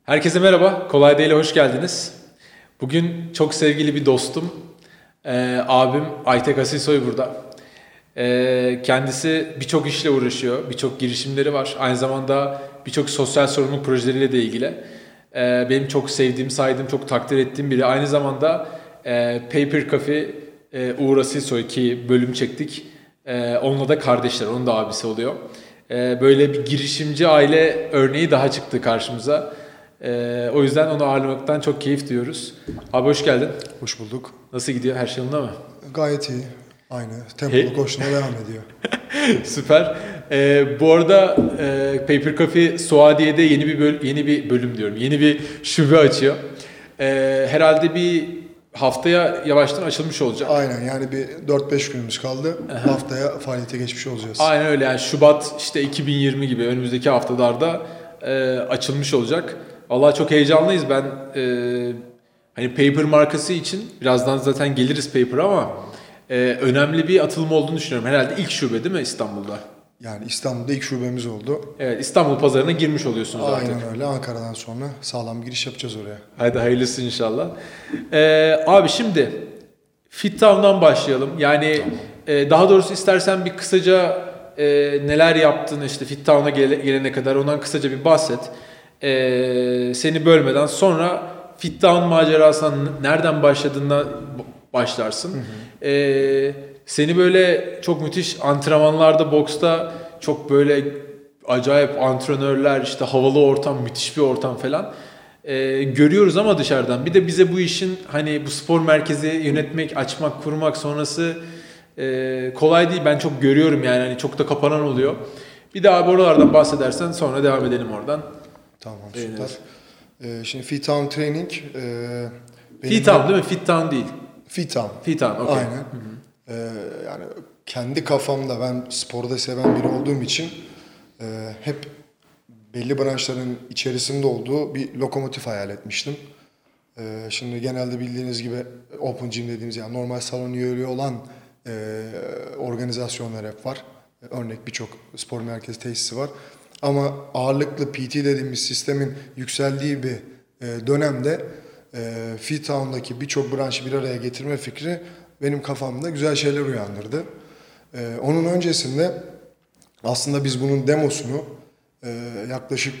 Herkese merhaba, Kolay Değil'e hoş geldiniz. Bugün çok sevgili bir dostum, abim Aytek Asilsoy burada. Kendisi birçok işle uğraşıyor, birçok girişimleri var. Aynı zamanda birçok sosyal sorumluluk projeleriyle de ilgili. Benim çok sevdiğim, saydığım, çok takdir ettiğim biri. Aynı zamanda Paper Cafe Uğur Asilsoy ki bölüm çektik. Onunla da kardeşler, onun da abisi oluyor. Böyle bir girişimci aile örneği daha çıktı karşımıza. O yüzden onu ağırlamaktan çok keyif duyuyoruz. Abi hoş geldin. Hoş bulduk. Nasıl gidiyor? Her şey yolunda mı? Gayet iyi. Aynı. Tempolu koşuna devam ediyor. Süper. Bu arada Paper Cafe Suadiye'de yeni bir bölüm diyorum. Yeni bir şube açıyor. Herhalde bir haftaya yavaştan açılmış olacak. Aynen, yani bir 4-5 günümüz kaldı. Haftaya faaliyete geçmiş olacağız. Aynen öyle, yani Şubat işte 2020 gibi önümüzdeki haftalarda açılmış olacak. Vallahi çok heyecanlıyız. Ben hani Paper markası için birazdan zaten geliriz Paper ama önemli bir atılım olduğunu düşünüyorum. Herhalde ilk şube değil mi İstanbul'da? Yani İstanbul'da ilk şubemiz oldu. Evet, İstanbul pazarına girmiş oluyorsunuz artık. Aynen öyle. Ankara'dan sonra sağlam giriş yapacağız oraya. Hadi hayırlısı inşallah. Abi şimdi Fittown'dan başlayalım. Yani daha doğrusu istersen bir kısaca neler yaptın işte Fittown'a gelene kadar ondan kısaca bir bahset. Seni bölmeden sonra Fittown macerasına nereden başladığından başlarsın. Hı hı. Seni böyle çok müthiş antrenmanlarda, boksta çok böyle acayip antrenörler, işte havalı ortam, müthiş bir ortam falan görüyoruz ama dışarıdan. Bir de bize bu işin hani bu spor merkezi yönetmek, açmak, kurmak sonrası kolay değil. Ben çok görüyorum yani hani çok da kapanan oluyor. Bir daha oralardan bahsedersen sonra devam edelim oradan. Tamam, Beğeniriz. süper. Şimdi Fittown Training. Fittown değil mi? Fittown değil. Fittown. Fittown, okey. Aynen. Yani kendi kafamda ben sporda seven biri olduğum için hep belli branşların içerisinde olduğu bir lokomotif hayal etmiştim. Şimdi genelde bildiğiniz gibi Open Gym dediğimiz, yani normal salon üyeliği olan organizasyonlar hep var. Örnek birçok spor merkezi tesisi var. Ama ağırlıklı PT dediğimiz sistemin yükseldiği bir dönemde Fittown'daki birçok branşı bir araya getirme fikri benim kafamda güzel şeyler uyandırdı. Onun öncesinde aslında biz bunun demosunu yaklaşık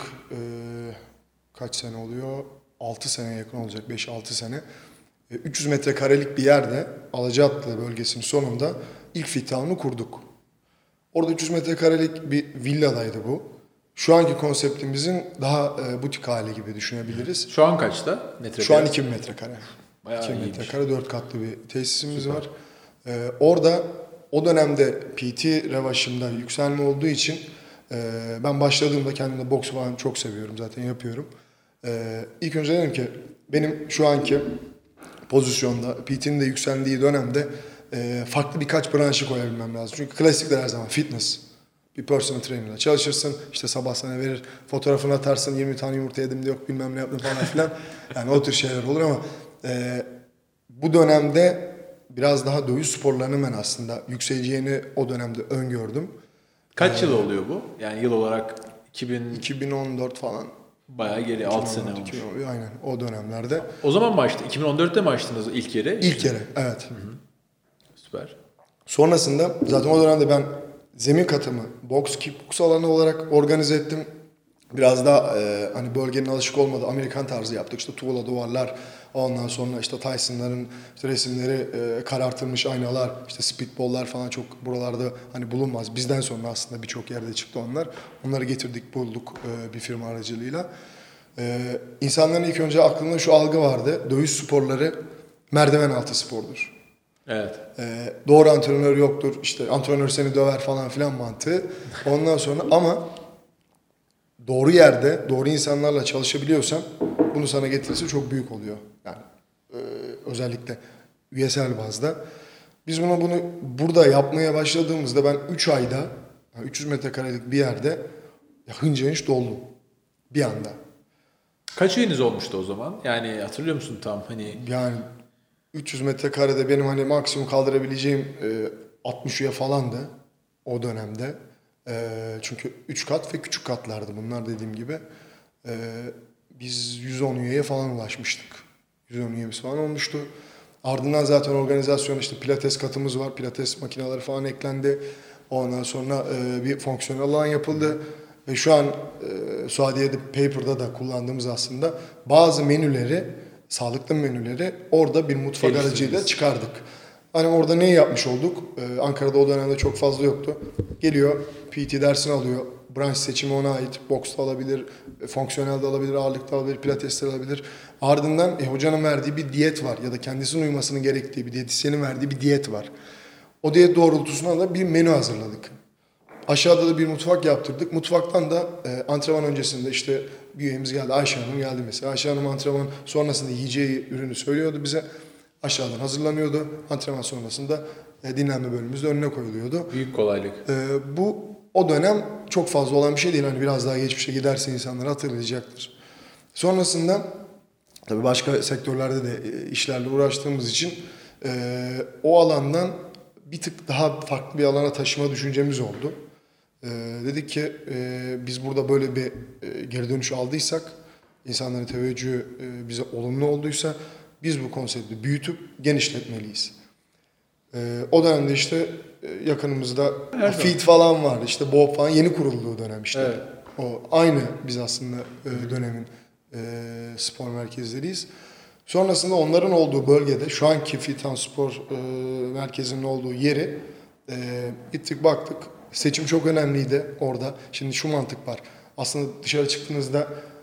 kaç sene oluyor? 6 sene yakın olacak, 5-6 sene. 300 metrekarelik bir yerde Alacaatlı bölgesinin sonunda ilk Fittown'u kurduk. Orada 300 metrekarelik bir villadaydı bu. Şu anki konseptimizin daha butik hali gibi düşünebiliriz. Şu an kaçta? Metrekare? Şu an 2000 metrekare. Bayağı 2000 iyiymiş. metrekare 4 katlı bir tesisimiz Süper. var. Orada o dönemde PT revaşımda yükselme olduğu için ben başladığımda kendimde boks falan çok seviyorum, zaten yapıyorum. İlk önce dedim ki benim şu anki pozisyonda PT'nin de yükseldiği dönemde farklı birkaç branşı koyabilmem lazım. Çünkü klasikler her zaman fitness. Bir personal trainer'la çalışırsın, işte sabah sana verir, fotoğrafını atarsın, 20 tane yumurta yedim de yok bilmem ne yaptım falan filan. Yani o tür şeyler olur ama bu dönemde biraz daha dövüş sporlarının ben aslında yükseleceğini o dönemde öngördüm. Kaç yıl oluyor bu? Yani yıl olarak 2014 falan. bayağı geri 6 sene olmuş. 2014, aynen o dönemlerde. O zaman mı açtı? 2014'te mi açtınız ilk yeri? İlk kere, evet. Süper. Sonrasında zaten o dönemde ben zemin katımı boks, kickboks alanı olarak organize ettim. Biraz daha hani bölgenin alışık olmadığı Amerikan tarzı yaptık. İşte tuğla duvarlar, ondan sonra işte Tyson'ların işte resimleri, karartılmış aynalar, işte speedball'lar falan çok buralarda hani bulunmaz. Bizden sonra aslında birçok yerde çıktı onlar. Onları getirdik, bulduk bir firma aracılığıyla. İnsanların ilk önce aklında şu algı vardı: dövüş sporları merdiven altı spordur. Evet. Doğru antrenör yoktur, işte antrenör seni döver falan filan mantığı. Ondan sonra ama doğru yerde, doğru insanlarla çalışabiliyorsan bunu sana getirisi çok büyük oluyor. Yani özellikle üyesel bazda. Biz bunu burada yapmaya başladığımızda ben 3 ayda, yani 300 metrekarelik bir yerde hınca hınç doldum. Bir anda. Kaç üyeniz olmuştu o zaman? Yani hatırlıyor musun tam hani? Yani 300 metrekarede benim hani maksimum kaldırabileceğim 60 üye falandı o dönemde. Çünkü 3 kat ve küçük katlardı bunlar dediğim gibi. biz 110 üyeye falan ulaşmıştık. 110 üyemiz falan olmuştu. Ardından zaten organizasyon işte pilates katımız var. Pilates makineleri falan eklendi. Ondan sonra bir fonksiyonel alan yapıldı. Ve şu an Suadiye'de Paper'da da kullandığımız aslında bazı menüleri, sağlıklı menüleri orada bir mutfak aracıyla çıkardık. Hani orada ne yapmış olduk? Ankara'da o dönemde çok fazla yoktu. Geliyor, PT dersini alıyor. Branş seçimi ona ait. Boks da alabilir, fonksiyonel de alabilir, ağırlık da alabilir, pilates de alabilir. Ardından hocanın verdiği bir diyet var ya da kendisinin uymasının gerektiği bir diyetisyenin verdiği bir diyet var. O diyet doğrultusunda da bir menü hazırladık. Aşağıda da bir mutfak yaptırdık. Mutfaktan da antrenman öncesinde işte bir üyemiz geldi. Ayşe Hanım geldi mesela. Ayşe Hanım antrenman sonrasında yiyeceği ürünü söylüyordu bize. Aşağıdan hazırlanıyordu. Antrenman sonrasında dinlenme bölümümüzde önüne koyuluyordu. Büyük kolaylık. Bu o dönem çok fazla olan bir şey değil. Hani biraz daha geçmişe giderse insanlar hatırlayacaktır. Sonrasında tabii başka sektörlerde de işlerle uğraştığımız için o alandan bir tık daha farklı bir alana taşıma düşüncemiz oldu. Dedik ki biz burada böyle bir geri dönüş aldıysak, insanların teveccühü bize olumlu olduysa biz bu konsepti büyütüp genişletmeliyiz. O dönemde işte yakınımızda Fit falan vardı, işte Bob falan yeni kurulduğu dönem işte. Evet. O aynı biz aslında dönemin spor merkezleriyiz. Sonrasında onların olduğu bölgede şu anki Fitan Spor Merkezi'nin olduğu yeri gittik baktık. Seçim çok önemliydi orada. Şimdi şu mantık var. Aslında dışarı çıktığınızda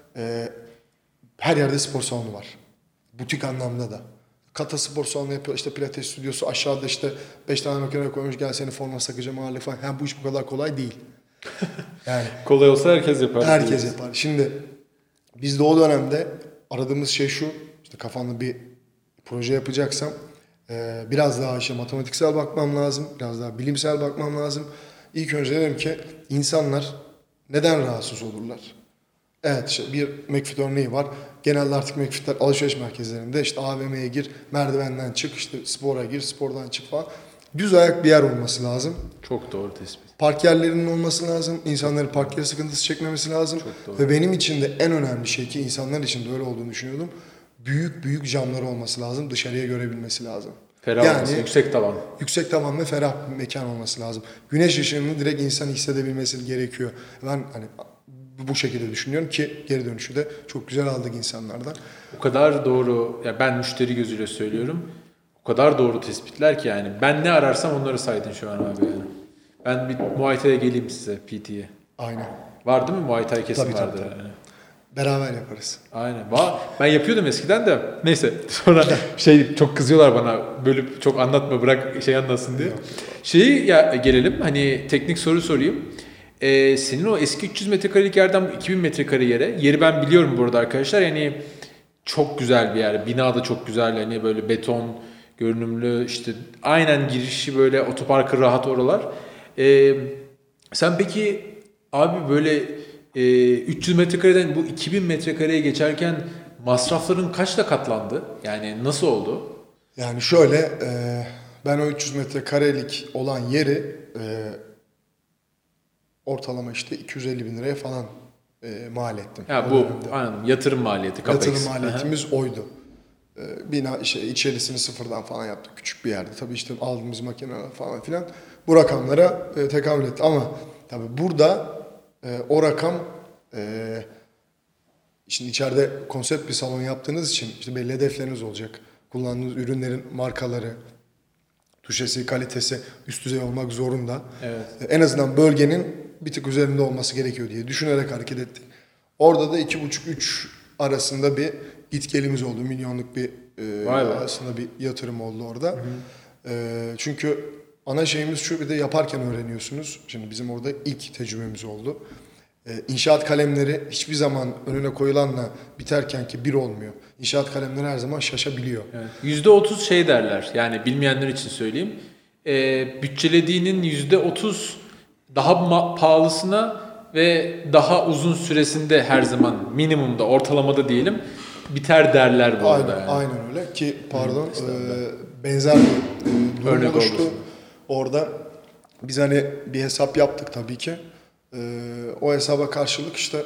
her yerde spor salonu var. Butik anlamda da. Kata spor salonu yapıyor. İşte pilates stüdyosu aşağıda işte 5 tane makine koymuş. Gel seni forma sakacağım ağırlık falan. Yani bu iş bu kadar kolay değil. Yani Kolay olsa herkes yapar. herkes yapar. Şimdi biz de o dönemde aradığımız şey şu. İşte kafamda bir proje yapacaksam biraz daha işte matematiksel bakmam lazım. Biraz daha bilimsel bakmam lazım. İlk önce dedim ki insanlar neden rahatsız olurlar? Evet işte bir McFit örneği var. Genelde artık McFit'ler alışveriş merkezlerinde işte AVM'ye gir, merdivenden çık, işte spora gir, spordan çık falan. Düz ayak bir yer olması lazım. Çok doğru tespit. Park yerlerinin olması lazım. İnsanların park yeri sıkıntısı çekmemesi lazım. Ve benim için de en önemli şey ki insanlar için de öyle olduğunu düşünüyordum. Büyük büyük camları olması lazım. Dışarıya görebilmesi lazım. Ferah olması, yüksek tavan. Yüksek tavan ve ferah bir mekan olması lazım. Güneş ışığını direkt insan hissedebilmesi gerekiyor. Ben hani bu şekilde düşünüyorum ki geri dönüşü de çok güzel aldık insanlardan. O kadar doğru, ya ben müşteri gözüyle söylüyorum. O kadar doğru tespitler ki yani. Ben ne ararsam onları saydın şu an abi yani. Ben bir Muay Thai'ye geleyim size, PT'ye. Aynen. Var değil mi? Muay Thai kesim Tabii, vardır. tabii. Yani. Beraber yaparız. Aynen. Ben yapıyordum eskiden de. Neyse. Sonra çok kızıyorlar bana. Böyle çok anlatma, bırak şey anlasın diye. Gelelim. Hani teknik soru sorayım. Senin o eski 300 metrekarelik yerden 2000 metrekare yeri ben biliyorum burada arkadaşlar. Yani çok güzel bir yer. Bina da çok güzel. Hani böyle beton görünümlü, işte aynen girişi böyle otoparkı rahat oralar. Sen peki abi böyle 300 metrekareden bu 2000 metrekareye geçerken masrafların kaçta katlandı? Yani nasıl oldu? Yani şöyle ben o 300 metrekarelik olan yeri ortalama işte 250 bin liraya falan mal ettim. Ya bu anladım. Yatırım maliyeti, capex. Yatırım maliyetimiz oydu. Bina içerisini sıfırdan falan yaptık. Küçük bir yerde. Tabii işte aldığımız makineler falan filan bu rakamlara tekabül etti. Ama tabii burada o rakam şimdi içeride konsept bir salon yaptığınız için işte belli hedefleriniz olacak. Kullandığınız ürünlerin markaları, tuşesi, kalitesi üst düzey olmak zorunda. Evet. En azından bölgenin bir tık üzerinde olması gerekiyor diye düşünerek hareket ettik. Orada da 2,5-3 arasında bir git gelimiz oldu. Milyonluk bir aslında bir yatırım oldu orada. Hı hı. Çünkü ana şeyimiz şu, bir de yaparken öğreniyorsunuz. Şimdi bizim orada ilk tecrübemiz oldu. İnşaat kalemleri hiçbir zaman önüne koyulanla biterken ki bir olmuyor. İnşaat kalemleri her zaman şaşabiliyor. Evet. %30 şey derler. Yani bilmeyenler için söyleyeyim. Bütçelediğinin %30 daha pahalısına ve daha uzun süresinde her zaman minimumda, ortalamada diyelim biter derler bu arada. Yani. Aynen öyle ki pardon benzer bir durum örnek oluştu. olursun. Orada biz hani bir hesap yaptık tabii ki. O hesaba karşılık işte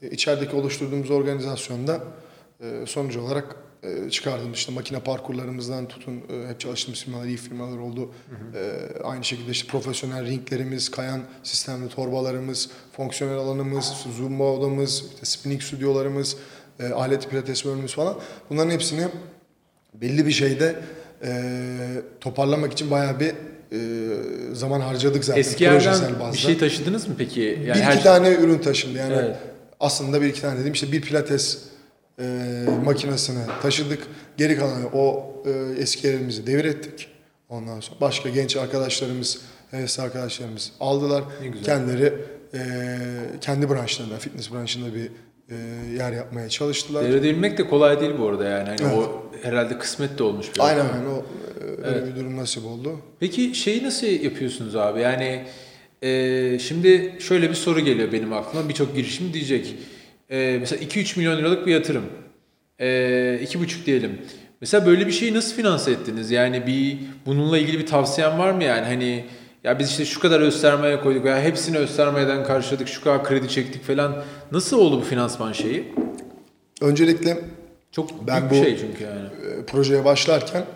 içerideki oluşturduğumuz organizasyonda sonuç olarak çıkardığımız işte makine parkurlarımızdan tutun hep çalıştığımız firmalar iyi firmalar oldu. Aynı şekilde işte profesyonel ringlerimiz, kayan sistemli torbalarımız, fonksiyonel alanımız, zumba odamız, işte spinning stüdyolarımız, alet pilates bölümümüz falan. Bunların hepsini belli bir şeyde toparlamak için bayağı bir zaman harcadık zaten. Eski yerden bir şey taşıdınız mı peki? Yani bir iki tane ürün taşındı. Yani aslında bir iki tane dedim işte bir pilates makinesini taşıdık. Geri kalanı o eski yerimizi devrettik. Ondan sonra başka genç arkadaşlarımız, hevesli arkadaşlarımız aldılar. Kendileri kendi branşlarında, fitness branşında bir yer yapmaya çalıştılar. Devredebilmek de kolay değil bu arada yani. Hani o herhalde kısmet de olmuş. Aynen o öyle bir durum nasip oldu. Peki şeyi nasıl yapıyorsunuz abi? Yani şimdi şöyle bir soru geliyor benim aklıma. Birçok girişim diyecek. Mesela 2-3 milyon liralık bir yatırım. 2,5 diyelim. Mesela böyle bir şeyi nasıl finanse ettiniz? Yani bununla ilgili bir tavsiyen var mı yani? Hani ya biz işte şu kadar öz koyduk veya hepsini öz karşıladık, şu kadar kredi çektik falan. Nasıl oldu bu finansman şeyi? Öncelikle çok büyük bir şey çünkü yani. Projeye başlarken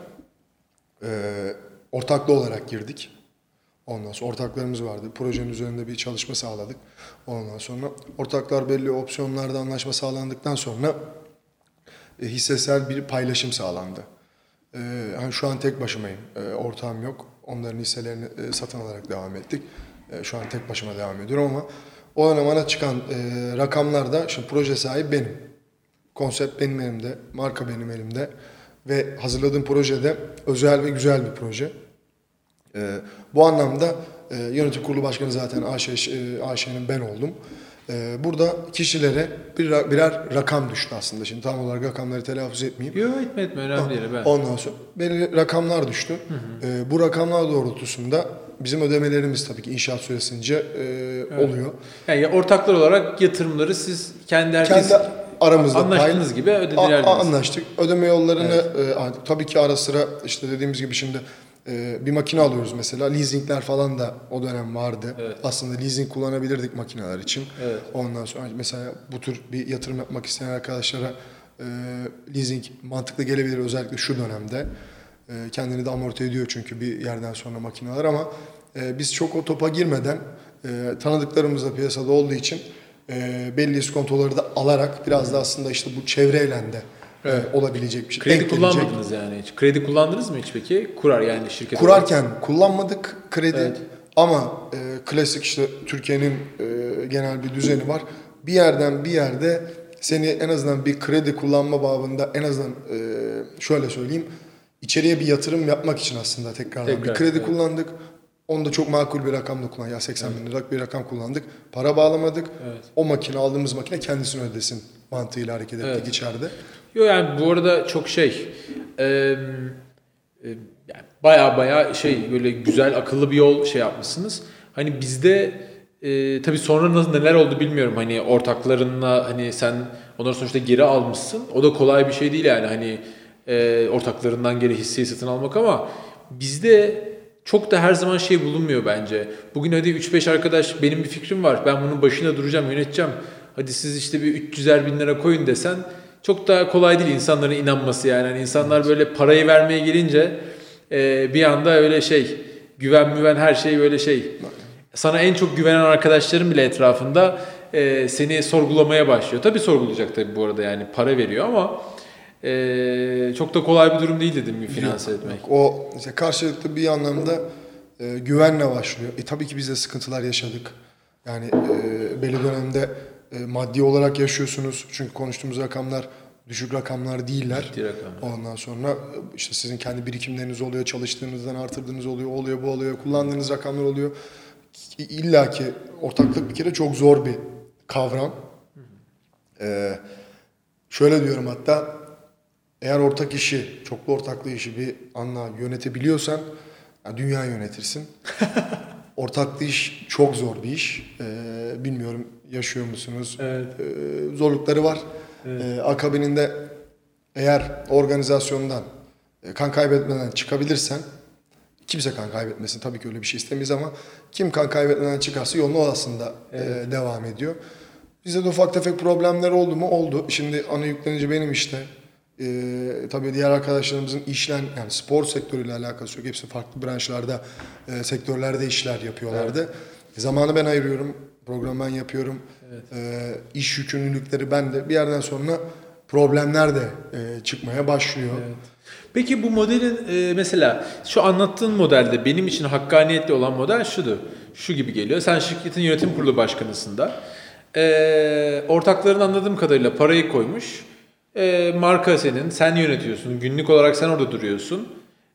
ortaklı olarak girdik. Ondan sonra ortaklarımız vardı. Projenin üzerinde bir çalışma sağladık. Ondan sonra ortaklar belli opsiyonlarda anlaşma sağlandıktan sonra hissesel bir paylaşım sağlandı. Hani şu an tek başımayım. Ortağım yok. Onların hisselerini satın alarak devam ettik. Şu an tek başıma devam ediyorum ama o dönem bana çıkan rakamlarda şimdi proje sahibi benim. Konsept benim elimde. Marka benim elimde. Ve hazırladığım projede özel ve güzel bir proje. Bu anlamda yönetim kurulu başkanı zaten AŞ'nin ben oldum. Burada kişilere birer rakam düştü aslında. Şimdi tam olarak rakamları telaffuz etmeyeyim. Yok etme önemli değil. Ondan sonra belirli rakamlar düştü. Bu rakamlar doğrultusunda bizim ödemelerimiz tabii ki inşaat süresince oluyor. Yani ortaklar olarak yatırımları siz kendi aramızda anlaştığınız gibi ödediler. Anlaştık. Ödeme yollarını tabii ki ara sıra işte dediğimiz gibi şimdi bir makine alıyoruz mesela. Leasingler falan da o dönem vardı. Evet. Aslında leasing kullanabilirdik makineler için. Evet. Ondan sonra mesela bu tür bir yatırım yapmak isteyen arkadaşlara leasing mantıklı gelebilir özellikle şu dönemde. Kendini de amorti ediyor çünkü bir yerden sonra makineler ama biz çok o topa girmeden tanıdıklarımız da piyasada olduğu için belli iskontoları da alarak biraz da aslında işte bu çevreyle de olabilecek bir şey. Kredi kullanmadınız yani hiç. Kredi kullandınız mı hiç peki? Yani şirket kurarken kullanmadık kredi ama klasik işte Türkiye'nin genel bir düzeni var. Bir yerden bir yerde seni en azından bir kredi kullanma babında en azından şöyle söyleyeyim içeriye bir yatırım yapmak için aslında tekrar bir kredi kullandık. Onu da çok makul bir rakamla kullandık. Ya 80 bin liralık bir rakam kullandık. Para bağlamadık. Evet. O aldığımız makine kendisini ödesin mantığıyla hareket ettik içeride. Yok yani bu arada çok yani baya böyle güzel akıllı bir yol yapmışsınız. Hani bizde tabii sonra neler oldu bilmiyorum. Hani ortaklarınla hani sen onları sonuçta geri almışsın. O da kolay bir şey değil yani hani ortaklarından geri hisseyi satın almak ama bizde çok da her zaman bulunmuyor bence. Bugün hadi 3-5 arkadaş benim bir fikrim var. Ben bunun başında duracağım, yöneteceğim. Hadi siz işte bir 300'er bin lira koyun desen çok da kolay değil insanların inanması yani. Yani insanlar böyle parayı vermeye gelince bir anda öyle güven her şey böyle Sana en çok güvenen arkadaşların bile etrafında seni sorgulamaya başlıyor. Tabii sorgulayacak tabii bu arada yani para veriyor ama çok da kolay bir durum değil dedim finanse etmek. O işte karşılıklı bir anlamda güvenle başlıyor. Tabii ki biz de sıkıntılar yaşadık. Yani belli dönemde maddi olarak yaşıyorsunuz. Çünkü konuştuğumuz rakamlar düşük rakamlar değiller. Ondan sonra işte sizin kendi birikimleriniz oluyor, çalıştığınızdan artırdığınız oluyor, bu oluyor, kullandığınız rakamlar oluyor. İlla ki ortaklık bir kere çok zor bir kavram. Şöyle diyorum hatta, eğer ortak işi, çoklu ortaklığı işi bir anla yönetebiliyorsan dünya yönetirsin. Ortaklı iş çok zor bir iş. Bilmiyorum yaşıyor musunuz? Evet. Zorlukları var. Evet. Akabininde eğer organizasyondan kan kaybetmeden çıkabilirsen, kimse kan kaybetmesin tabii ki öyle bir şey istemeyiz ama kim kan kaybetmeden çıkarsa yoluna o aslında devam ediyor. Bizde de ufak tefek problemler oldu mu? Oldu. Şimdi ana yüklenici benim işte. Tabii diğer arkadaşlarımızın yani spor sektörüyle alakası yok. Hepsi farklı branşlarda, sektörlerde işler yapıyorlardı. Evet. Zamanı ben ayırıyorum. Program ben yapıyorum. Evet. İş yükümlülükleri bende. Bir yerden sonra problemler de çıkmaya başlıyor. Evet. Peki bu modelin mesela şu anlattığın modelde benim için hakkaniyetli olan model şudur. Şu gibi geliyor. Sen şirketin yönetim kurulu başkanısın da. Ortakların anladığım kadarıyla parayı koymuş. Marka senin. Sen yönetiyorsun. Günlük olarak sen orada duruyorsun.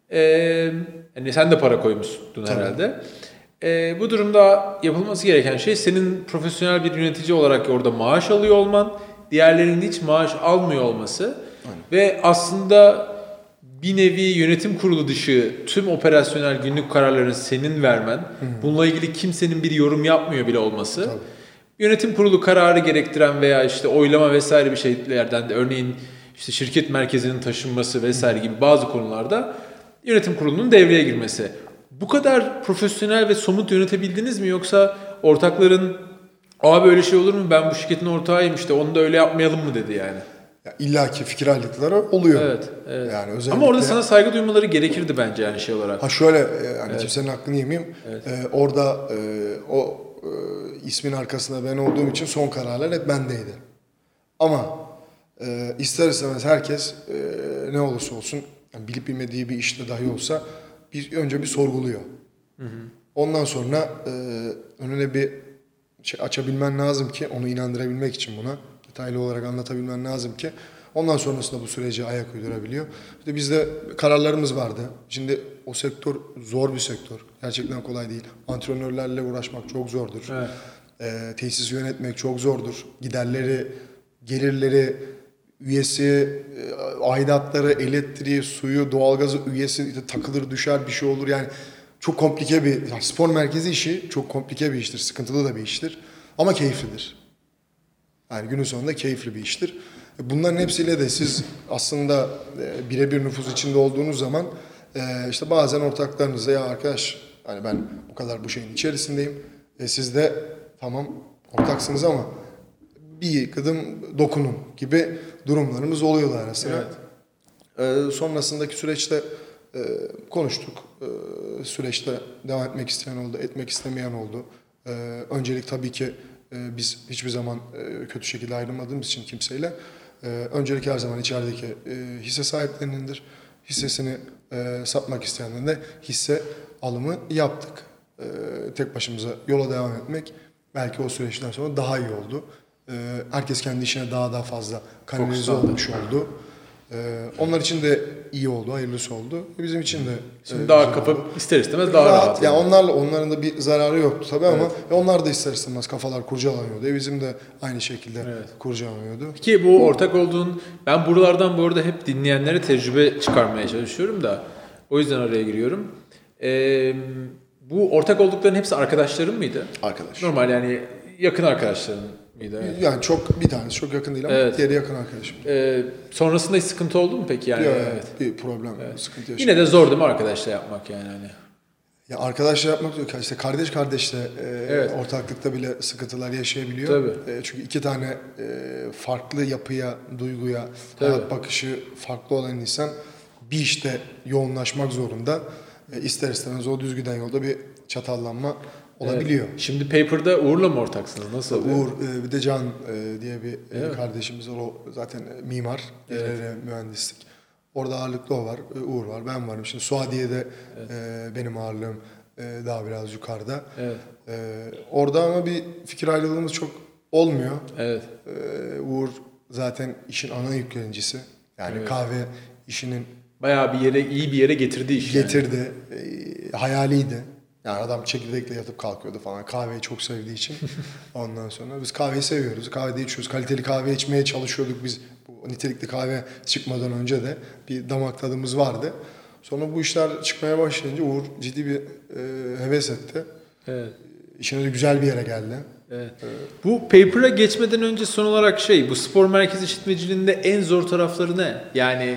Yani sen de para koymuşsun herhalde. Bu durumda yapılması gereken şey senin profesyonel bir yönetici olarak orada maaş alıyor olman. Diğerlerinin hiç maaş almıyor olması. Aynen. Ve aslında bir nevi yönetim kurulu dışı tüm operasyonel günlük kararları senin vermen, bununla ilgili kimsenin bir yorum yapmıyor bile olması, tabii. Yönetim kurulu kararı gerektiren veya işte oylama vesaire bir şeylerden de örneğin işte şirket merkezinin taşınması vesaire gibi bazı konularda yönetim kurulunun devreye girmesi. Bu kadar profesyonel ve somut yönetebildiniz mi, yoksa ortakların abi öyle şey olur mu, ben bu şirketin ortağıyım işte onu da öyle yapmayalım mı dedi yani? Ya illaki fikir ayrılıkları oluyor. Evet. Yani özellikle... Ama orada sana saygı duymaları gerekirdi bence yani şey olarak. Ha şöyle yani evet. Kimsenin hakkını yemeyeyim. Evet. Orada ismin arkasında ben olduğum için son kararlar hep bendeydi. Ama ister istemez herkes ne olursa olsun yani bilip bilmediği bir işte dahi olsa önce bir sorguluyor. Hı hı. Ondan sonra önüne bir şey açabilmen lazım ki onu inandırabilmek için buna. Detaylı olarak anlatabilmen lazım ki ondan sonrasında bu süreci ayak uydurabiliyor. İşte bizde kararlarımız vardı. Şimdi o sektör zor bir sektör. Gerçekten kolay değil. Antrenörlerle uğraşmak çok zordur. Evet. Tesis yönetmek çok zordur. Giderleri, gelirleri, üyesi, aidatları, elektriği, suyu, doğalgazı, üyesi takılır düşer bir şey olur. Yani çok komplike bir spor merkezi işi, çok komplike bir iştir. Sıkıntılı da bir iştir. Ama keyiflidir. Yani günün sonunda keyifli bir iştir. Bunların hepsiyle de siz aslında birebir nüfuz içinde olduğunuz zaman işte bazen ortaklarınıza ya arkadaş hani ben bu kadar bu şeyin içerisindeyim. Siz de tamam ortaksınız ama bir kıdım dokunun gibi durumlarımız oluyordu arasında. Evet. Sonrasındaki süreçte konuştuk. Süreçte devam etmek isteyen oldu, etmek istemeyen oldu. Öncelik tabii ki biz hiçbir zaman kötü şekilde ayrılmadığımız için kimseyle öncelik her zaman içerideki hisse sahiplerinindir. Hissesini satmak isteyenlerin de hisse alımı yaptık. Tek başımıza yola devam etmek belki o süreçten sonra daha iyi oldu. Herkes kendi işine daha fazla kanalize olmuş oldu. Onlar için de iyi oldu, hayırlısı oldu. Bizim için de şimdi daha kafa ister istemez daha rahat. Yani onların da bir zararı yoktu tabii evet. Ama onlar da ister istemez kafalar kurcalanıyordu. Bizim de aynı şekilde evet. Kurcalanıyordu. Ki bu ortak olduğun, ben buralardan bu arada hep dinleyenlere tecrübe çıkarmaya çalışıyorum da o yüzden araya giriyorum. Bu ortak oldukların hepsi arkadaşların mıydı? Arkadaş. Normal yani yakın arkadaşların mıydı? Evet. Yani bir tanesi çok yakın değil ama evet. Diğeri yakın arkadaşım. Sonrasında hiç sıkıntı oldu mu peki yani? Yok, evet. Bir problem, evet. Sıkıntı yaşadım. Yine de zor değil mi arkadaşla yapmak yani hani? Ya arkadaşla yapmak yok. İşte kardeşle evet. Ortaklıkta bile sıkıntılar yaşayabiliyor. Tabii. Çünkü iki tane farklı yapıya, duyguya, tabii. Hayat bakışı farklı olan insan bir işte yoğunlaşmak zorunda. İster istemez o düz giden yolda bir çatallanma olabiliyor. Evet. Şimdi Paper'da Uğur'la mı ortaksınız? Nasıl oluyor? Uğur, bir de Can diye bir kardeşimiz var. O zaten mimar, mühendislik. Orada ağırlıklı o var, Uğur var, ben varım. Şimdi Suadiye'de benim ağırlığım daha biraz yukarıda. Evet. Orada ama bir fikir ayrılığımız çok olmuyor. Evet. Uğur zaten işin ana yüklenicisi. Yani evet. Kahve işinin bayağı iyi bir yere getirdi iş. Getirdi. Yani. Hayaliydi. Yani adam çekirdekle yatıp kalkıyordu falan. Kahveyi çok sevdiği için. Ondan sonra biz kahveyi seviyoruz. Kahve içiyoruz. Kaliteli kahve içmeye çalışıyorduk biz. Bu nitelikli kahve çıkmadan önce de bir damak tadımız vardı. Sonra bu işler çıkmaya başlayınca Uğur ciddi bir heves etti. Evet. İşine de güzel bir yere geldi. Evet. Bu Paper'a geçmeden önce son olarak bu spor merkezi işletmeciliğinde en zor tarafları ne? Yani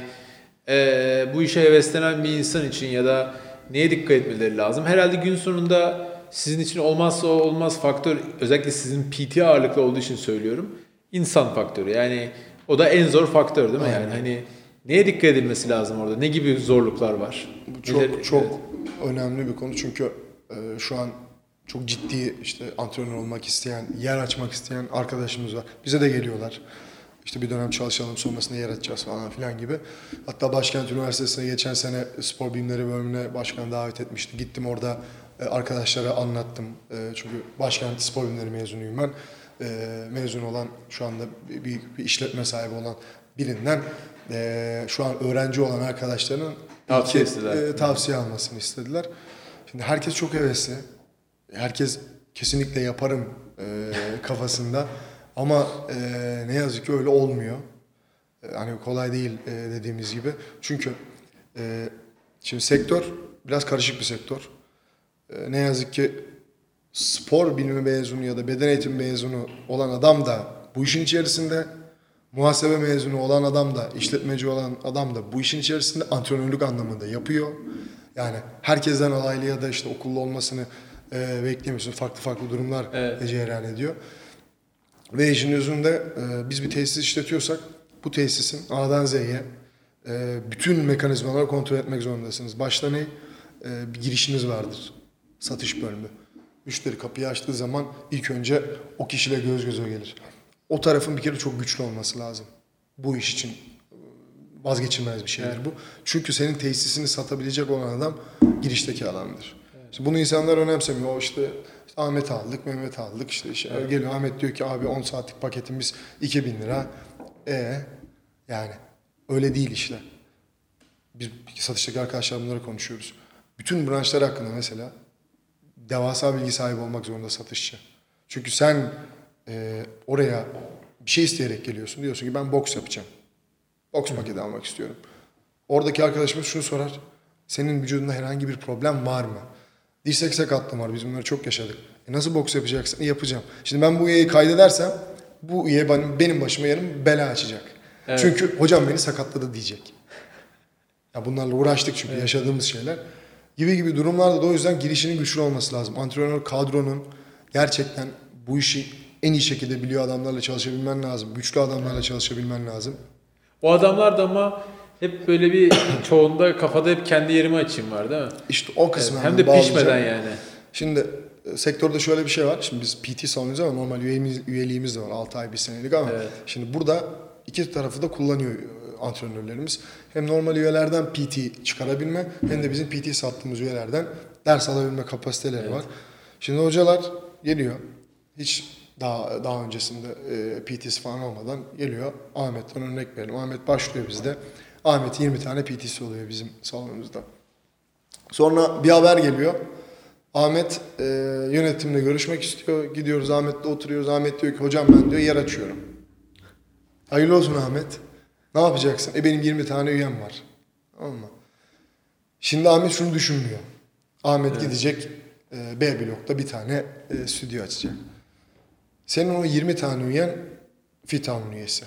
bu işe heveslenen bir insan için ya da neye dikkat etmeleri lazım? Herhalde gün sonunda sizin için olmazsa olmaz faktör, özellikle sizin PT ağırlıklı olduğu için söylüyorum. İnsan faktörü. Yani o da en zor faktör değil mi? Aynen. Yani hani neye dikkat edilmesi lazım orada? Ne gibi zorluklar var? Bu çok önemli bir konu çünkü şu an çok ciddi işte antrenör olmak isteyen, yer açmak isteyen arkadaşımız var. Bize de geliyorlar. İşte bir dönem çalışalım, sonrasında yer açacağız falan filan gibi. Hatta Başkent Üniversitesi'ne geçen sene spor bilimleri bölümüne başkan davet etmişti. Gittim orada arkadaşlara anlattım. Çünkü Başkent Spor Bilimleri mezunuyum ben. Mezun olan, şu anda bir işletme sahibi olan birinden şu an öğrenci olan arkadaşlarının tavsiye almasını istediler. Şimdi herkes çok hevesli. Herkes kesinlikle yaparım kafasında. Ama ne yazık ki öyle olmuyor. Hani kolay değil dediğimiz gibi. Çünkü şimdi sektör biraz karışık bir sektör. Ne yazık ki spor bilimi mezunu ya da beden eğitimi mezunu olan adam da bu işin içerisinde, muhasebe mezunu olan adam da, işletmeci olan adam da bu işin içerisinde antrenörlük anlamında yapıyor. Yani herkesten alaylı ya da işte okullu olmasını beklemiyorsun. Farklı durumlar cereyan ediyor. Ve işin özünde biz bir tesis işletiyorsak bu tesisin A'dan Z'ye bütün mekanizmaları kontrol etmek zorundasınız. Başta ne? Bir girişiniz vardır. Satış bölümü. Müşteri kapıyı açtığı zaman ilk önce o kişiyle göz göze gelir. O tarafın bir kere çok güçlü olması lazım. Bu iş için vazgeçilmez bir şeydir bu. Çünkü senin tesisini satabilecek olan adam girişteki adamdır. Evet. Bunu insanlar önemsemiyor. İşte Ahmet aldık, Mehmet aldık. İşte geliyor Ahmet diyor ki abi 10 saatlik paketimiz 2000 lira. Yani öyle değil işte. Biz satıştaki arkadaşlar bunları konuşuyoruz. Bütün branşlar hakkında mesela devasa bilgi sahibi olmak zorunda satışçı. Çünkü sen oraya bir şey isteyerek geliyorsun. Diyorsun ki ben boks yapacağım. Boks paketi almak istiyorum. Oradaki arkadaşımız şunu sorar. Senin vücudunda herhangi bir problem var mı? Dirsek sakatlığım var. Biz bunları çok yaşadık. Nasıl boks yapacaksın? Yapacağım. Şimdi ben bu üyeyi kaydedersem bu üye benim başıma yarın bela açacak. Evet. Çünkü hocam beni sakatladı diyecek. Ya bunlarla uğraştık çünkü yaşadığımız şeyler. Gibi durumlarda da o yüzden girişinin güçlü olması lazım. Antrenör kadronun gerçekten bu işi en iyi şekilde biliyor adamlarla çalışabilmen lazım. Güçlü adamlarla çalışabilmen lazım. O adamlar da ama hep böyle bir çoğunda kafada hep kendi yerimi açayım var değil mi? İşte o kısmı. Hem de pişmeden yani. Şimdi sektörde şöyle bir şey var. Şimdi biz PT savunuyoruz ama normal üyeliğimiz de var. 6 ay 1 senelik ama şimdi burada iki tarafı da kullanıyor antrenörlerimiz. Hem normal üyelerden PT çıkarabilme hem de bizim PT sattığımız üyelerden ders alabilme kapasiteleri var. Şimdi hocalar geliyor. Hiç daha öncesinde PT'si falan olmadan geliyor. Ahmet'ten örnek verelim. Ahmet başlıyor bizde. Ahmet'in 20 tane PT'si oluyor bizim salonumuzda. Sonra bir haber geliyor. Ahmet yönetimle görüşmek istiyor. Gidiyoruz Ahmet'le oturuyoruz. Ahmet diyor ki hocam ben diyor yer açıyorum. Hayırlı olsun Ahmet. Ne yapacaksın? Benim 20 tane üyem var. Tamam mı? Şimdi Ahmet şunu düşünmüyor. Ahmet gidecek B blokta bir tane stüdyo açacak. Senin o 20 tane üyen Fitown üyesi.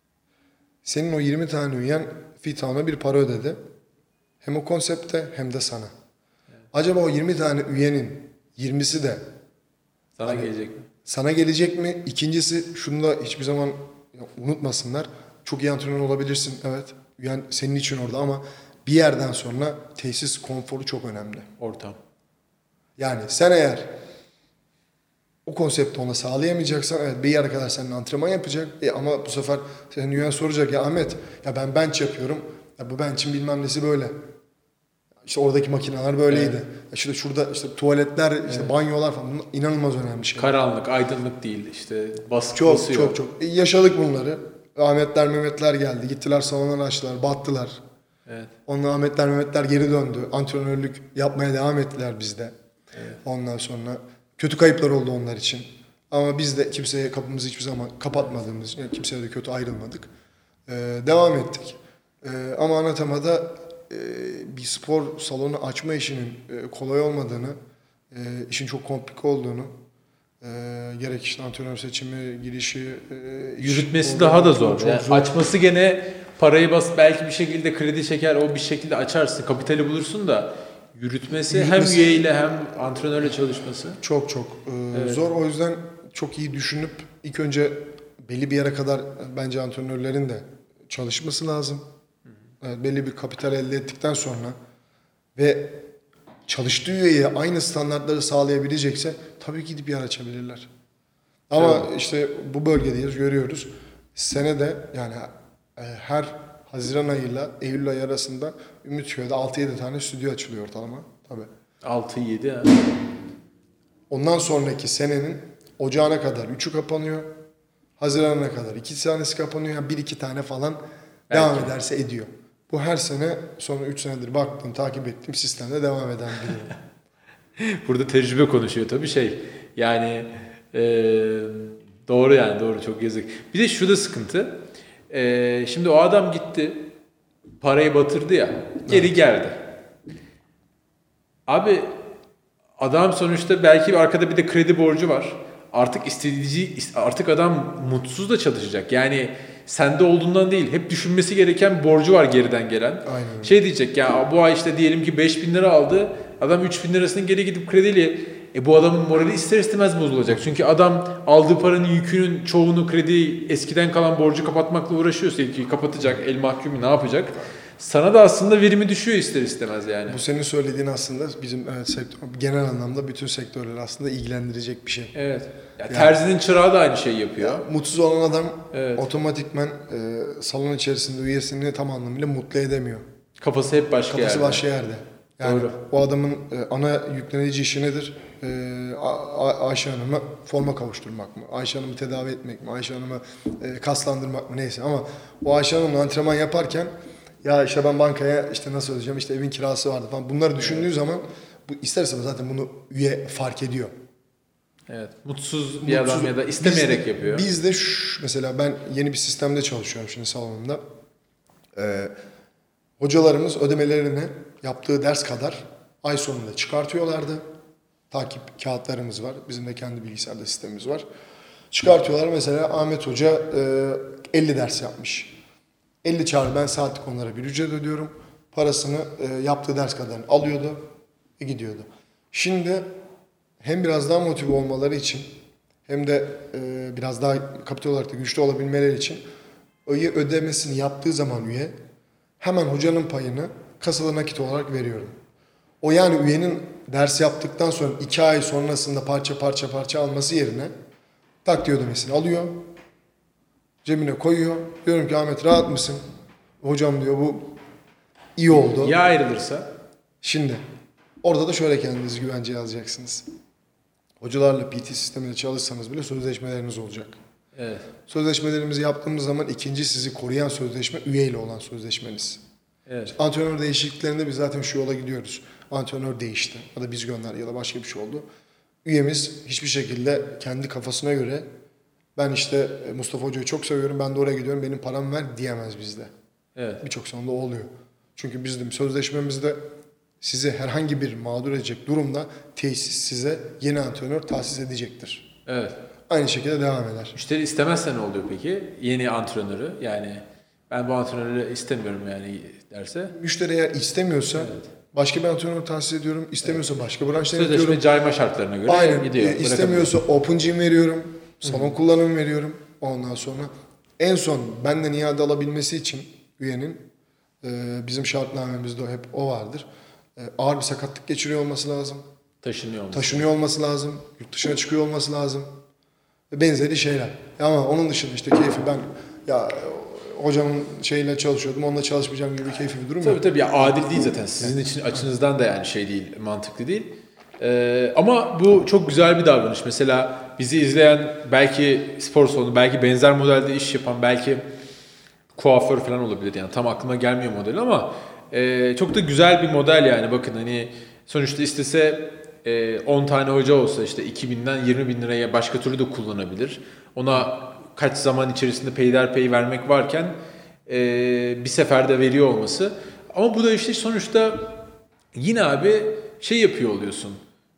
Senin o 20 tane üyen Fitown'a bir para ödedi. Hem o konsepte hem de sana. Acaba o 20 tane üyenin 20'si de sana gelecek mi? Sana gelecek mi? İkincisi şunu da hiçbir zaman unutmasınlar. Çok iyi antrenör olabilirsin. Evet. Üyen senin için orada ama bir yerden sonra tesis konforu çok önemli. Ortam. Yani sen eğer o konsepti ona sağlayamayacaksan evet bir yer kadar seninle antrenman yapacak. Ama bu sefer senin üyen soracak ya Ahmet ya ben bench yapıyorum. Ya bu bench'in bilmem nesi böyle. İşte oradaki makineler böyleydi. Evet. İşte şurada işte tuvaletler, işte banyolar falan bunlar inanılmaz önemli şeyler. Karanlık, aydınlık değil işte baskı basıyor. Çok. Yaşadık bunları. Ahmetler, Mehmetler geldi. Gittiler salonlar açtılar, battılar. Evet. Ondan Ahmetler, Mehmetler geri döndü. Antrenörlük yapmaya devam ettiler bizde. Evet. Ondan sonra kötü kayıplar oldu onlar için. Ama biz de kimseye kapımızı hiçbir zaman kapatmadığımız için kimseye de kötü ayrılmadık. Devam ettik. Ama Anatoma'da bir spor salonu açma işinin kolay olmadığını, işin çok komplike olduğunu, gerek işte antrenör seçimi, girişi, yürütmesi daha da zor. Yani zor. Açması gene parayı bas belki bir şekilde kredi çeker, o bir şekilde açarsın, kapitali bulursun da yürütmesi hem Yürütmesi- üyeyle hem antrenörle çalışması. Çok Evet. zor. O yüzden çok iyi düşünüp ilk önce belli bir yere kadar bence antrenörlerin de çalışması lazım. Evet, belli bir kapital elde ettikten sonra ve çalıştığı üyeye aynı standartları sağlayabilecekse tabii ki gidip yer açabilirler. Ama işte bu bölgedeyiz, görüyoruz. Senede yani her Haziran ayıyla Eylül ayı arasında Ümitköy'de 6-7 tane stüdyo açılıyor ortalama. Tabii. 6-7 ha. Ondan sonraki senenin Ocağına kadar 3'ü kapanıyor. Haziran'a kadar 2 tanesi kapanıyor. Yani 1-2 tane falan devam ederse ediyor. Bu her sene sonra 3 senedir baktığım, takip ettiğim sistemde devam eden bir durum. Burada tecrübe konuşuyor tabii yani doğru yani doğru çok yazık. Bir de şu da sıkıntı. Şimdi o adam gitti parayı batırdı ya geri geldi. Abi adam sonuçta belki arkada bir de kredi borcu var. Artık adam mutsuz da çalışacak. Yani sende olduğundan değil. Hep düşünmesi gereken borcu var geriden gelen. Aynen öyle. Şey diyecek ya bu ay işte diyelim ki 5.000 lira aldı. Adam 3.000 lirasını geri gidip krediyle bu adamın morali ister istemez bozulacak. Çünkü adam aldığı paranın yükünün çoğunu kredi eskiden kalan borcu kapatmakla uğraşıyorsa ki kapatacak el mahkumu ne yapacak? Sana da aslında verimi düşüyor ister istemez yani. Bu senin söylediğin aslında bizim sektör, genel anlamda bütün sektörleri aslında ilgilendirecek bir şey. Evet. Ya terzinin çırağı da aynı şeyi yapıyor. Ya, mutsuz olan adam Evet. otomatikman salon içerisinde üyesini tam anlamıyla mutlu edemiyor. Kafası hep başka Kafası yerde. başka yerde. Yani Doğru. o adamın ana yüklenici işi nedir? Ayşe Hanım'a forma kavuşturmak mı? Ayşe Hanım'ı tedavi etmek mi? Ayşe Hanım'ı kaslandırmak mı? Neyse ama o Ayşe Hanım'la antrenman yaparken ya işte ben bankaya işte nasıl ödeyeceğim? İşte evin kirası vardı falan. Bunları düşündüğü zaman bu istersen zaten bunu üye fark ediyor. Evet. Mutsuz bir adam ya da istemeyerek yapıyor. Biz de mesela ben yeni bir sistemde çalışıyorum şimdi salonumda. Hocalarımız ödemelerini yaptığı ders kadar ay sonunda çıkartıyorlardı. Takip kağıtlarımız var. Bizim de kendi bilgisayarda sistemimiz var. Çıkartıyorlar. Mesela Ahmet Hoca 50 ders yapmış. 50 çarpı ben saatlik onlara bir ücret ödüyorum. Parasını yaptığı ders kadarını alıyordu ve gidiyordu. Şimdi hem biraz daha motive olmaları için hem de biraz daha kapital olarak da güçlü olabilmeleri için üye ödemesini yaptığı zaman üye hemen hocanın payını kasada nakit olarak veriyorum. O yani üyenin ders yaptıktan sonra 2 ay sonrasında parça alması yerine tak diye ödemesini alıyor. Cebine koyuyor. Diyorum ki Ahmet rahat mısın? Hocam diyor bu iyi oldu. Ya ayrılırsa? Şimdi orada da şöyle kendinizi güvenceye alacaksınız. Hocalarla PT sistemiyle çalışsanız bile sözleşmeleriniz olacak. Evet. Sözleşmelerimizi yaptığımız zaman ikinci sizi koruyan sözleşme üyeyle olan sözleşmeniz. Evet. Antrenör değişikliklerinde biz zaten şu yola gidiyoruz. Antrenör değişti ya da biz gönderdik ya da başka bir şey oldu. Üyemiz hiçbir şekilde kendi kafasına göre ben işte Mustafa Hoca'yı çok seviyorum ben de oraya gidiyorum benim paramı ver diyemez bizde. Evet. Birçok sonunda oluyor. Çünkü bizim sözleşmemizde sizi herhangi bir mağdur edecek durumda tesis size yeni antrenör tahsis edecektir. Evet. Aynı şekilde devam eder. Müşteri istemezse ne oluyor peki? Yeni antrenörü yani ben bu antrenörü istemiyorum yani derse. Müşteri eğer istemiyorsa başka bir antrenör tahsis ediyorum. İstemiyorsa başka branştan yapıyorum. Sözleşme cayma şartlarına göre Aynen. gidiyor. İstemiyorsa Open Gym veriyorum. Salon kullanımı veriyorum. Ondan sonra en son benden iade alabilmesi için üyenin bizim şartnamemizde hep o vardır. Ağır bir sakatlık geçiriyor olması lazım. Taşınıyor olması lazım. Yurt dışına çıkıyor olması lazım. Ve benzeri şeyler. Ama onun dışında işte keyfi ben ya hocamın şeyle çalışıyordum. Onunla çalışmayacağım gibi keyfi bir durum yok. Tabii ya adil değil zaten. Sizin için açınızdan da yani şey değil, mantıklı değil. Ama bu çok güzel bir davranış. Mesela bizi izleyen belki spor salonu, belki benzer modelde iş yapan, belki kuaför falan olabilir. Yani tam aklıma gelmiyor model ama çok da güzel bir model yani. Bakın hani sonuçta istese 10 tane hoca olsa işte 2.000'den 20.000 liraya başka türlü de kullanabilir. Ona kaç zaman içerisinde peyderpey vermek varken bir seferde veriyor olması. Ama bu da işte sonuçta yine abi şey yapıyor oluyorsun.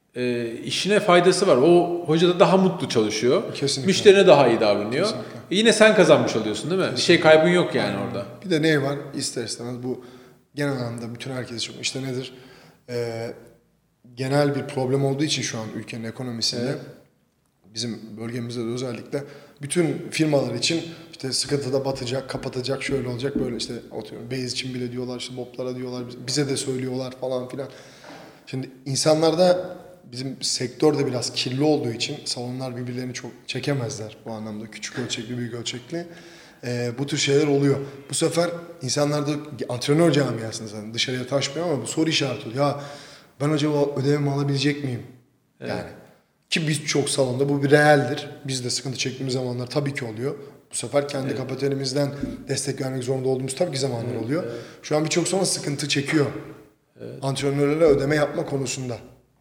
İşine faydası var. O hoca da daha mutlu çalışıyor. Kesinlikle. Müşterine daha iyi davranıyor. Yine sen kazanmış oluyorsun değil mi? Bir şey kaybın yok yani orada. Bir de ne var? İster istemez bu genel anlamda bütün herkes çok işte nedir? Genel bir problem olduğu için şu an ülkenin ekonomisinde, Evet. bizim bölgemizde de özellikle bütün firmalar için işte sıkıntıda batacak, kapatacak, şöyle olacak, böyle işte atıyorum Base için bile diyorlar, işte Bob'lara diyorlar, bize de söylüyorlar falan filan. Şimdi insanlarda, bizim sektör de biraz kirli olduğu için salonlar birbirlerini çok çekemezler bu anlamda, küçük ölçekli, büyük ölçekli. Bu tür şeyler oluyor. Bu sefer insanlarda, antrenör camiasında zaten dışarıya taşmıyor ama bu soru işareti oluyor. Ya ben acaba ödevimi alabilecek miyim? Evet. Yani ki birçok salonda bu bir realdir. Biz de sıkıntı çektiğimiz zamanlar tabii ki oluyor. Bu sefer kendi kapasitelerimizden destek vermek zorunda olduğumuz tabii ki zamanlar oluyor. Şu an birçok salon sıkıntı çekiyor. Antrenörlere ödeme yapma konusunda.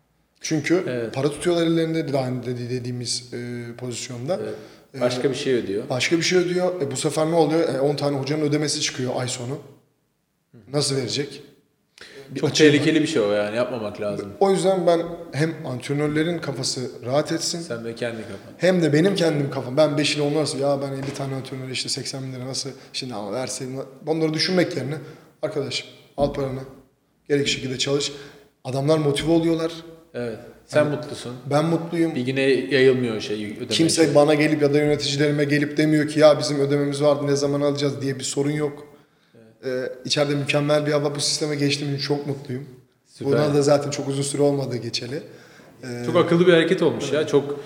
Çünkü para tutuyorlar ellerinde, daha önce dediğimiz pozisyonda. Başka bir şey ödüyor. Başka bir şey ödüyor. Bu sefer ne oluyor? 10 tane hocanın ödemesi çıkıyor ay sonu. Nasıl verecek? Çok tehlikeli bir şey o yani. Yapmamak lazım. O yüzden ben hem antrenörlerin kafası rahat etsin, Sen de kendi kafan. hem de benim kendim kafam. Ben 5 ile 10 arası, ya ben 50 tane antrenöre işte 80 bin lira nasıl şimdi ama verseydim. Onları düşünmek yerine, arkadaşım al paranı, gerekli şekilde çalış. Adamlar motive oluyorlar. Evet. Sen mutlusun. Ben mutluyum. Bir güne yayılmıyor o şey. Ödeme Kimse şey. bana gelip ya da yöneticilerime gelip demiyor ki ya bizim ödememiz vardı, ne zaman alacağız diye bir sorun yok. İçeride mükemmel bir hava, bu sisteme geçtiğim için çok mutluyum. Süper. Buna da zaten çok uzun süre olmadı geçeli. Çok akıllı bir hareket olmuş ya. Çok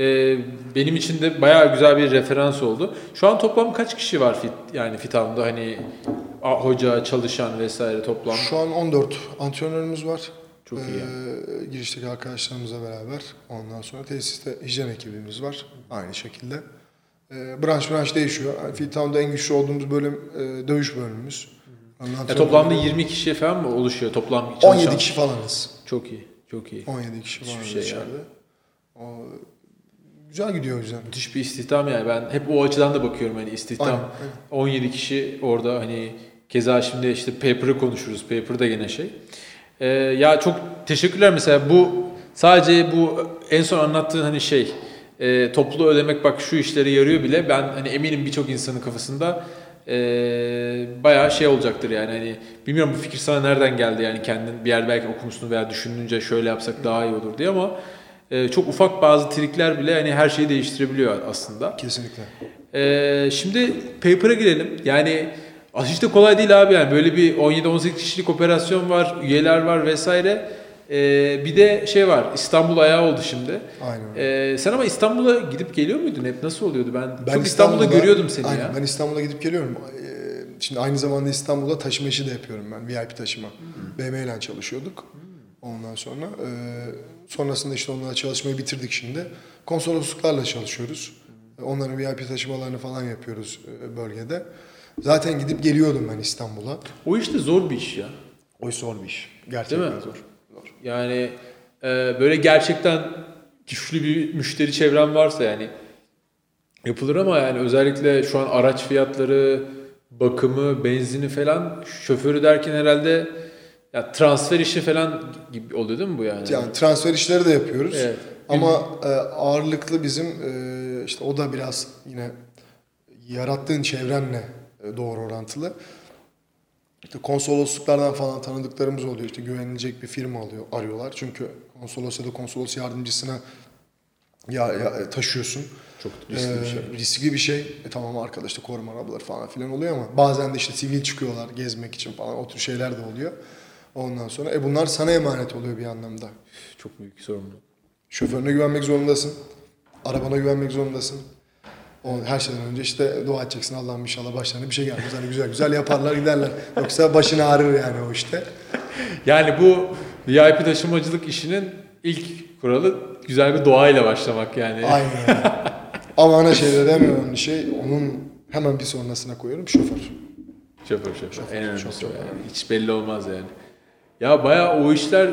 benim için de bayağı güzel bir referans oldu. Şu an toplam kaç kişi var Fitham'da, hani hoca, çalışan vesaire toplam? Şu an 14 antrenörümüz var. Çok iyi yani. Girişteki arkadaşlarımızla beraber. Ondan sonra tesiste hijyen ekibimiz var. Aynı şekilde. Branş değişiyor. Yani Fitham'da en güçlü olduğumuz bölüm dövüş bölümümüz. Toplamda 20 kişi falan mı oluşuyor toplam çalışan? 17 kişi falanız. Çok iyi. Çok iyi. 17 kişi Hiçbir falanız şey içeride. yani. Güzel gidiyor o yüzden. Müthiş bir istihdam yani. Ben hep o açıdan da bakıyorum, hani istihdam. Aynen. 17 kişi orada, hani keza şimdi işte paper'ı konuşuruz. Paper da gene şey. Ya çok teşekkürler, mesela bu sadece bu en son anlattığın hani şey toplu ödemek, bak şu işlere yarıyor bile. Ben hani eminim birçok insanın kafasında bayağı şey olacaktır yani, hani bilmiyorum bu fikir sana nereden geldi, yani kendin bir yerde belki okumuşsun veya düşününce şöyle yapsak daha iyi olur diye, ama çok ufak bazı trikler bile hani her şeyi değiştirebiliyor aslında. Kesinlikle. Şimdi paper'a girelim. Yani hiç de kolay değil abi, yani böyle bir 17-18 kişilik operasyon var, üyeler var vesaire. Bir de şey var, İstanbul ayağı oldu şimdi. Aynen. Sen ama İstanbul'a gidip geliyor muydun hep? Nasıl oluyordu? Ben çok İstanbul'da İstanbul'da görüyordum seni aynen, ya. Ben İstanbul'a gidip geliyorum. Şimdi aynı zamanda İstanbul'da taşıma işi de yapıyorum ben. VIP taşıma. BMW ile çalışıyorduk. Ondan sonra sonrasında işte onlarla çalışmayı bitirdik şimdi. Konsolosluklarla çalışıyoruz. Onların VIP taşımalarını falan yapıyoruz bölgede. Zaten gidip geliyordum ben İstanbul'a. O iş de zor bir iş ya. O zor bir iş. Gerçekten Değil mi? zor. Yani böyle gerçekten güçlü bir müşteri çevren varsa yani yapılır, ama yani özellikle şu an araç fiyatları, bakımı, benzini falan, şoförü derken herhalde ya transfer işi falan gibi oluyor değil mi bu yani? Yani transfer işleri de yapıyoruz. Evet. Ama ağırlıklı bizim işte o da biraz yine yarattığın çevrenle doğru orantılı. İşte konsolosluklardan falan tanıdıklarımız oluyor. İşte güvenilecek bir firma arıyorlar. Çünkü konsolos ya da konsolos yardımcısına taşıyorsun. Çok riskli bir şey. Riskli bir şey. Tamam arkadaş işte koruma arabaları falan filan oluyor ama bazen de işte sivil çıkıyorlar gezmek için falan, o tür şeyler de oluyor. Ondan sonra bunlar sana emanet oluyor bir anlamda. Çok büyük sorumluluk. Şoförüne güvenmek zorundasın. Arabana güvenmek zorundasın. Her şeyden önce işte dua edeceksin, Allah'ım inşallah başlarına bir şey gelmez. Hani güzel güzel yaparlar giderler. Yoksa başın ağrır yani o işte. Yani bu VIP taşımacılık işinin ilk kuralı güzel bir doğayla başlamak yani. Aynen. Ama ana şeyde en önemli şey, onun hemen bir sonrasına koyuyorum, şoför. Şoför. En önemlisi o yani. Hiç belli olmaz yani. Ya bayağı o işler,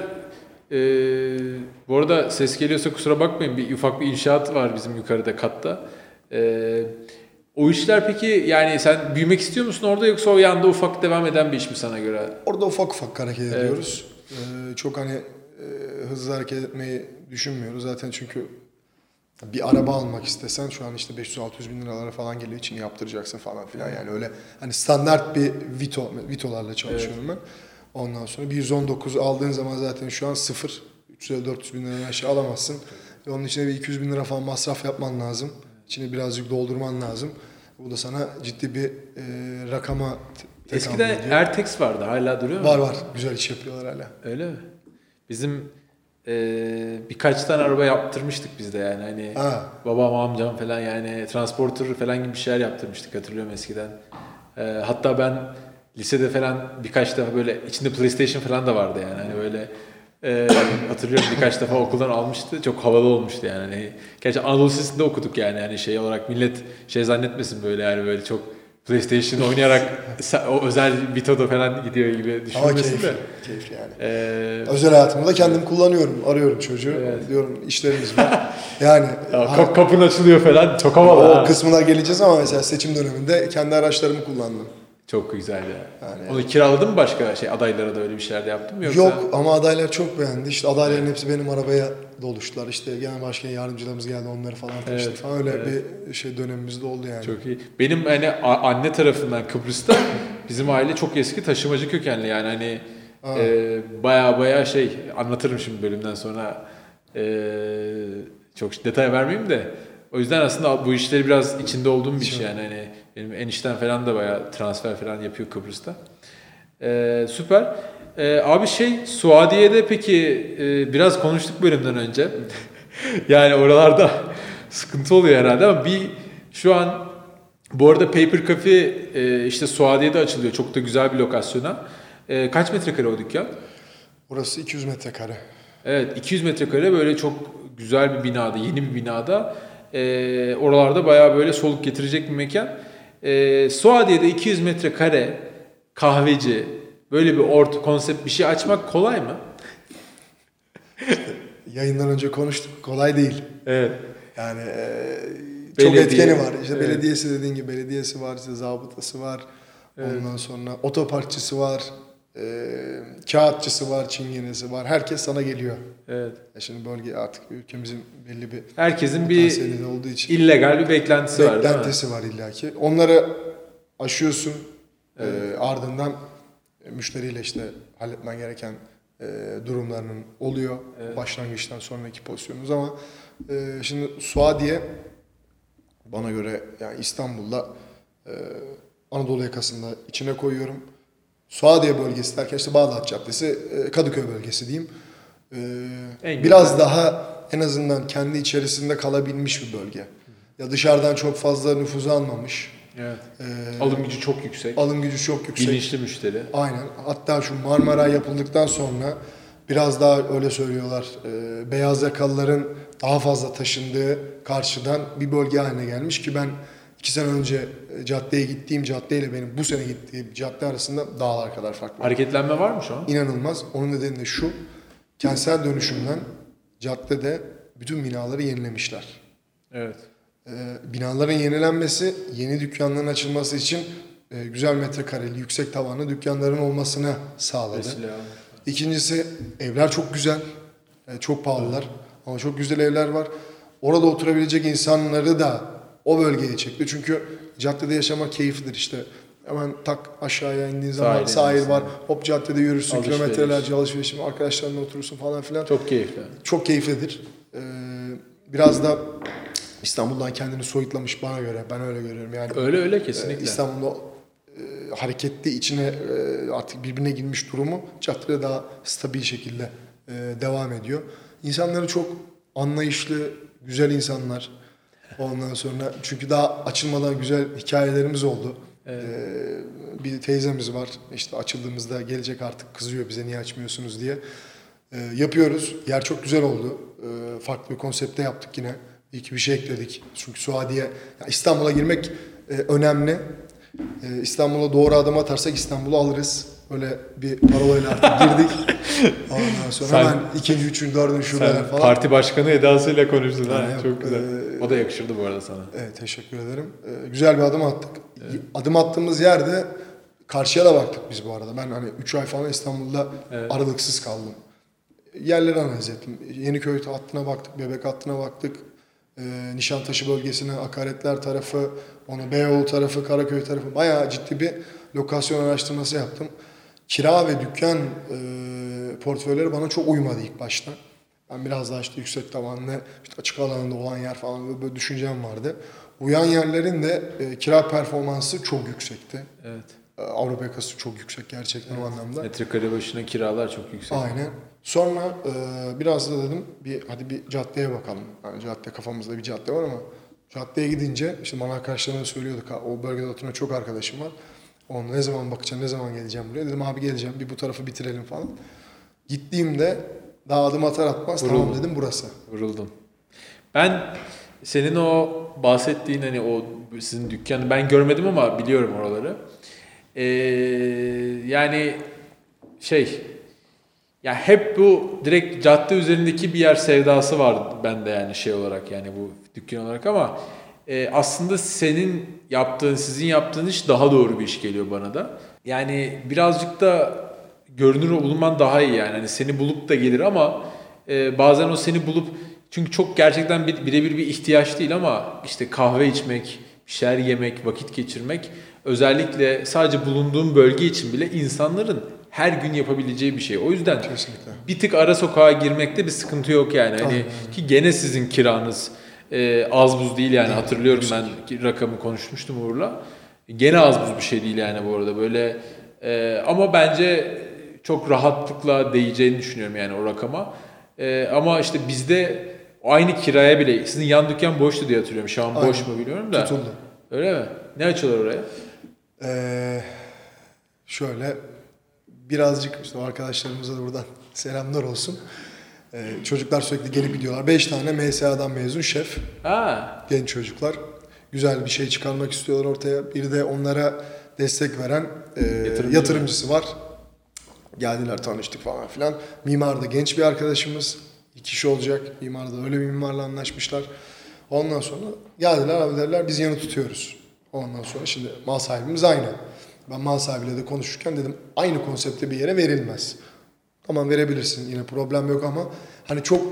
bu arada ses geliyorsa kusura bakmayın, bir ufak bir inşaat var bizim yukarıda katta. O işler peki yani sen büyümek istiyor musun orada, yoksa o yanda ufak devam eden bir iş mi sana göre? Orada ufak ufak hareket ediyoruz. Çok hani hızlı hareket etmeyi düşünmüyoruz zaten, çünkü bir araba almak istesen şu an işte 500-600 bin liralara falan geliyor, için yaptıracaksın falan filan, yani öyle hani standart bir Vito'larla çalışıyorum ben. Ondan sonra bir 119 aldığın zaman zaten şu an sıfır. 300-400 bin liradan aşağı alamazsın. Ve onun içine bir 200 bin lira falan masraf yapman lazım. İçine birazcık doldurman lazım. Bu da sana ciddi bir rakama Eskiden AirTax vardı. Hala duruyor mu? var. Güzel iş yapıyorlar hala. Öyle mi? Bizim birkaç tane araba yaptırmıştık biz de yani. Hani babam, amcam falan yani transporter falan gibi bir şeyler yaptırmıştık, hatırlıyorum eskiden. Hatta ben lisede falan birkaç defa böyle içinde PlayStation falan da vardı yani. Hani böyle hatırlıyorum, birkaç defa okuldan almıştı. Çok havalı olmuştu yani. Hani, gerçi Anadolu Lisesi'nde okuduk yani şey olarak, millet şey zannetmesin böyle yani, böyle çok PlayStation oynayarak o özel Vito'da falan gidiyor gibi düşünmesin de. Keyifli yani. Özel hayatımda kendim kullanıyorum. Arıyorum çocuğu. Evet. Diyorum işlerimiz var. Yani kapın açılıyor falan. Çok havalı. O kısmına geleceğiz ama mesela seçim döneminde kendi araçlarımı kullandım. Çok güzel ya. Yani onu kiraladın mı, başka adaylara da öyle bir şeyler de yaptın mı yoksa? Yok ama adaylar çok beğendi. İşte adayların hepsi benim arabaya doluştular. İşte genel başkan yardımcılarımız geldi, onları falan taşıdık falan. Öyle bir dönemimiz de oldu yani. Çok iyi. Benim hani anne tarafından Kıbrıs'ta bizim aile çok eski taşımacı kökenli yani hani baya anlatırım şimdi bölümden sonra, çok detay vermeyeyim de. O yüzden aslında bu işleri biraz içinde olduğum bir şey yani. Hani benim enişten falan da bayağı transfer falan yapıyor Kıbrıs'ta. Süper. Abi Suadiye'de peki biraz konuştuk bölümden önce. Yani oralarda sıkıntı oluyor herhalde ama şu an bu arada Paper Cafe işte Suadiye'de açılıyor. Çok da güzel bir lokasyona. Kaç metrekare o dükkan? Orası 200 metrekare. Evet, 200 metrekare böyle çok güzel bir binada, yeni bir binada. Oralarda bayağı böyle soluk getirecek bir mekan. Suadiye'de 200 metrekare kahveci, böyle bir konsept bir şey açmak kolay mı? Yayından önce konuştuk. Kolay değil. Evet. Yani çok etkeni var. İşte evet. Belediyesi dediğin gibi belediyesi var, işte zabıtası var. Evet. Ondan sonra otoparkçısı var. Kağıtçısı var, çingenesi var. Herkes sana geliyor. Evet. Şimdi bölge artık ülkemizin belli bir herkesin bir olduğu için illegal bir beklentisi var. Beklentisi var illaki. Onları aşıyorsun. Evet. Ardından müşteriyle işte halletmen gereken durumlarının oluyor. Evet. Başlangıçtan sonraki pozisyonunuz ama şimdi Suadiye bana göre yani İstanbul'da Anadolu yakasında içine koyuyorum. Suadiye bölgesi derken işte Bağdat Caddesi, Kadıköy bölgesi diyeyim. Biraz daha en azından kendi içerisinde kalabilmiş bir bölge. Ya dışarıdan çok fazla nüfuzu almamış. Evet. Alım gücü çok yüksek. Alım gücü çok yüksek. Bilinçli müşteri. Aynen. Hatta şu Marmara yapıldıktan sonra biraz daha öyle söylüyorlar. Beyaz yakalıların daha fazla taşındığı karşıdan bir bölge haline gelmiş ki ben 2 sene önce caddeye gittiğim caddeyle benim bu sene gittiğim cadde arasında dağlar kadar fark var. Hareketlenme var mı şu an? İnanılmaz. Onun nedeni de şu. Kentsel dönüşümden caddede bütün binaları yenilemişler. Evet. Binaların yenilenmesi, yeni dükkanların açılması için güzel metrekareli, yüksek tavanlı dükkanların olmasını sağladı. Mesela. İkincisi, evler çok güzel, çok pahalılar ama çok güzel evler var. Orada oturabilecek insanları da o bölgeye çekti. Çünkü caddede yaşamak keyiflidir işte. Hemen tak aşağıya indiğin zaman sahil var. Hop caddede yürürsün, kilometrelerce alışverişim, arkadaşlarınla oturursun falan filan. Çok keyifli. Çok keyiflidir. Biraz da İstanbul'dan kendini soyutlamış bana göre. Ben öyle görüyorum. Yani öyle kesinlikle. İstanbul'da hareketli içine artık birbirine girmiş durumu caddede daha stabil şekilde devam ediyor. İnsanları çok anlayışlı, güzel insanlar. Ondan sonra çünkü daha açılmadan güzel hikayelerimiz oldu. Evet. Bir teyzemiz var. İşte açıldığımızda gelecek artık, kızıyor bize niye açmıyorsunuz diye. Yapıyoruz. Yer çok güzel oldu. Farklı bir konsepte yaptık yine. İyi ki bir şey ekledik. Çünkü Suadiye, İstanbul'a girmek önemli. İstanbul'a doğru adım atarsak İstanbul'u alırız. Öyle bir parolayla artık girdik. Ondan sonra hemen 2. 3. 4. şubeler falan. Parti başkanı edasıyla konuştun ha. Çok güzel. O da yakışırdı bu arada sana. Evet, teşekkür ederim. Güzel bir adım attık. Evet. Adım attığımız yerde karşıya da baktık biz bu arada. Ben hani 3 ay falan İstanbul'da aralıksız kaldım. Yerleri analiz ettim. Yeniköy hattına baktık, Bebek hattına baktık. Nişantaşı bölgesine, Akaretler tarafı, onu Beyoğlu tarafı, Karaköy tarafı bayağı ciddi bir lokasyon araştırması yaptım. kira ve dükkan portföyleri bana çok uymadı ilk başta. Ben biraz daha işte yüksek tavanlı, işte açık alanda olan yer falan böyle düşüncem vardı. Uyan yerlerin de kira performansı çok yüksekti. Evet. Avrupa yakası çok yüksek gerçekten o anlamda. Metrekare başına kiralar çok yüksek. Aynen. Sonra biraz da dedim hadi bir caddeye bakalım. Yani cadde kafamızda bir cadde var ama caddeye gidince işte bana arkadaşlarına söylüyorduk. O bölgede oturan çok arkadaşım var. Ona ne zaman bakacağım, ne zaman geleceğim buraya. Dedim abi geleceğim, bir bu tarafı bitirelim falan. Gittiğimde daha adım atar atmaz tamam dedim burası. Vuruldum. Ben senin o bahsettiğin hani o sizin dükkanı ben görmedim ama biliyorum oraları. Yani ya hep bu direkt cadde üzerindeki bir yer sevdası var bende yani şey olarak yani bu dükkan olarak ama aslında sizin yaptığın iş daha doğru bir iş geliyor bana da. Yani birazcık da görünür olman daha iyi yani. Hani seni bulup da gelir ama bazen o seni bulup çünkü çok gerçekten birebir bir ihtiyaç değil ama işte kahve içmek, bir şeyler yemek, vakit geçirmek özellikle sadece bulunduğum bölge için bile insanların her gün yapabileceği bir şey. O yüzden kesinlikle bir tık ara sokağa girmekte bir sıkıntı yok yani. Hani ki gene sizin kiranız az buz değil yani. Hatırlıyorum ben rakamı konuşmuştum Uğur'la. Gene az buz bir şey değil yani bu arada böyle ama bence çok rahatlıkla değeceğini düşünüyorum yani o rakama. Ama işte bizde aynı kiraya bile sizin yan dükkan boştu diye hatırlıyorum. Şu an boş mu biliyorum da. Tutuldu. Öyle mi? Ne açıyorlar oraya? Şöyle birazcık işte arkadaşlarımıza da buradan selamlar olsun. Çocuklar sürekli gelip gidiyorlar. 5 tane MSA'dan mezun şef. Genç çocuklar. Güzel bir şey çıkarmak istiyorlar ortaya. Bir de onlara destek veren yatırımcısı var. Geldiler tanıştık falan filan. Mimar da genç bir arkadaşımız. 2 kişi olacak. Mimar da öyle bir mimarla anlaşmışlar. Ondan sonra geldiler abi dediler biz yanı tutuyoruz. Ondan sonra şimdi mal sahibimiz aynı. Ben mal sahibiyle de konuşurken dedim aynı konsepte bir yere verilmez. Tamam verebilirsin yine problem yok ama hani çok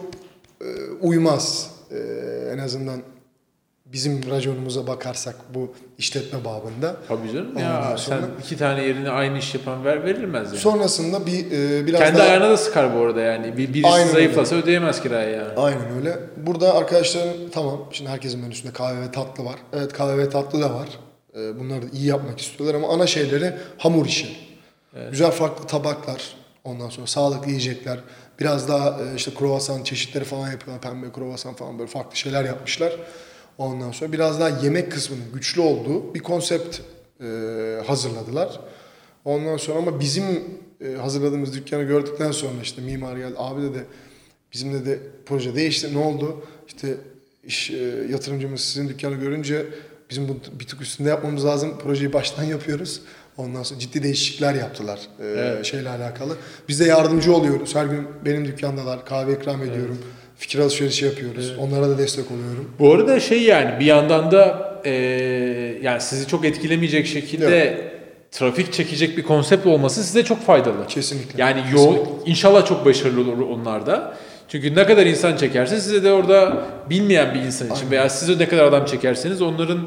uymaz. En azından bizim raconumuza bakarsak bu işletme babında. Tabii canım ya sen 2 tane yerine aynı iş yapan verilmez yani. Sonrasında biraz kendi daha... ayağına da sıkar bu arada yani. Birisi zayıflasa ödeyemez kirayı yani. Aynen öyle. Burada arkadaşların tamam şimdi herkesin menüsünde kahve ve tatlı var. Evet kahve ve tatlı da var. Bunları da iyi yapmak istiyorlar ama ana şeyleri hamur işi. Evet. Güzel farklı tabaklar. Ondan sonra sağlıklı yiyecekler. Biraz daha işte kruvasan çeşitleri falan yapıyorlar. Pembe kruvasan falan böyle farklı şeyler yapmışlar. Ondan sonra biraz daha yemek kısmının güçlü olduğu bir konsept hazırladılar. Ondan sonra ama bizim hazırladığımız dükkanı gördükten sonra işte mimar geldi. Abi dedi bizim dedi proje değişti. Ne oldu? İşte yatırımcımız sizin dükkanı görünce bizim bu bir tık üstünde yapmamız lazım. Projeyi baştan yapıyoruz. Ondan sonra ciddi değişiklikler yaptılar şeyle alakalı. Biz de yardımcı oluyoruz. Her gün benim dükkandalar. Kahve ikram ediyorum. Evet. Fikir alışverişi yapıyoruz. Evet. Onlara da destek oluyorum. Bu arada yani bir yandan da yani sizi çok etkilemeyecek şekilde trafik çekecek bir konsept olması size çok faydalı. Kesinlikle. Yani inşallah çok başarılı olur onlar da. Çünkü ne kadar insan çekerse size de orada bilmeyen bir insan için veya size ne kadar adam çekerseniz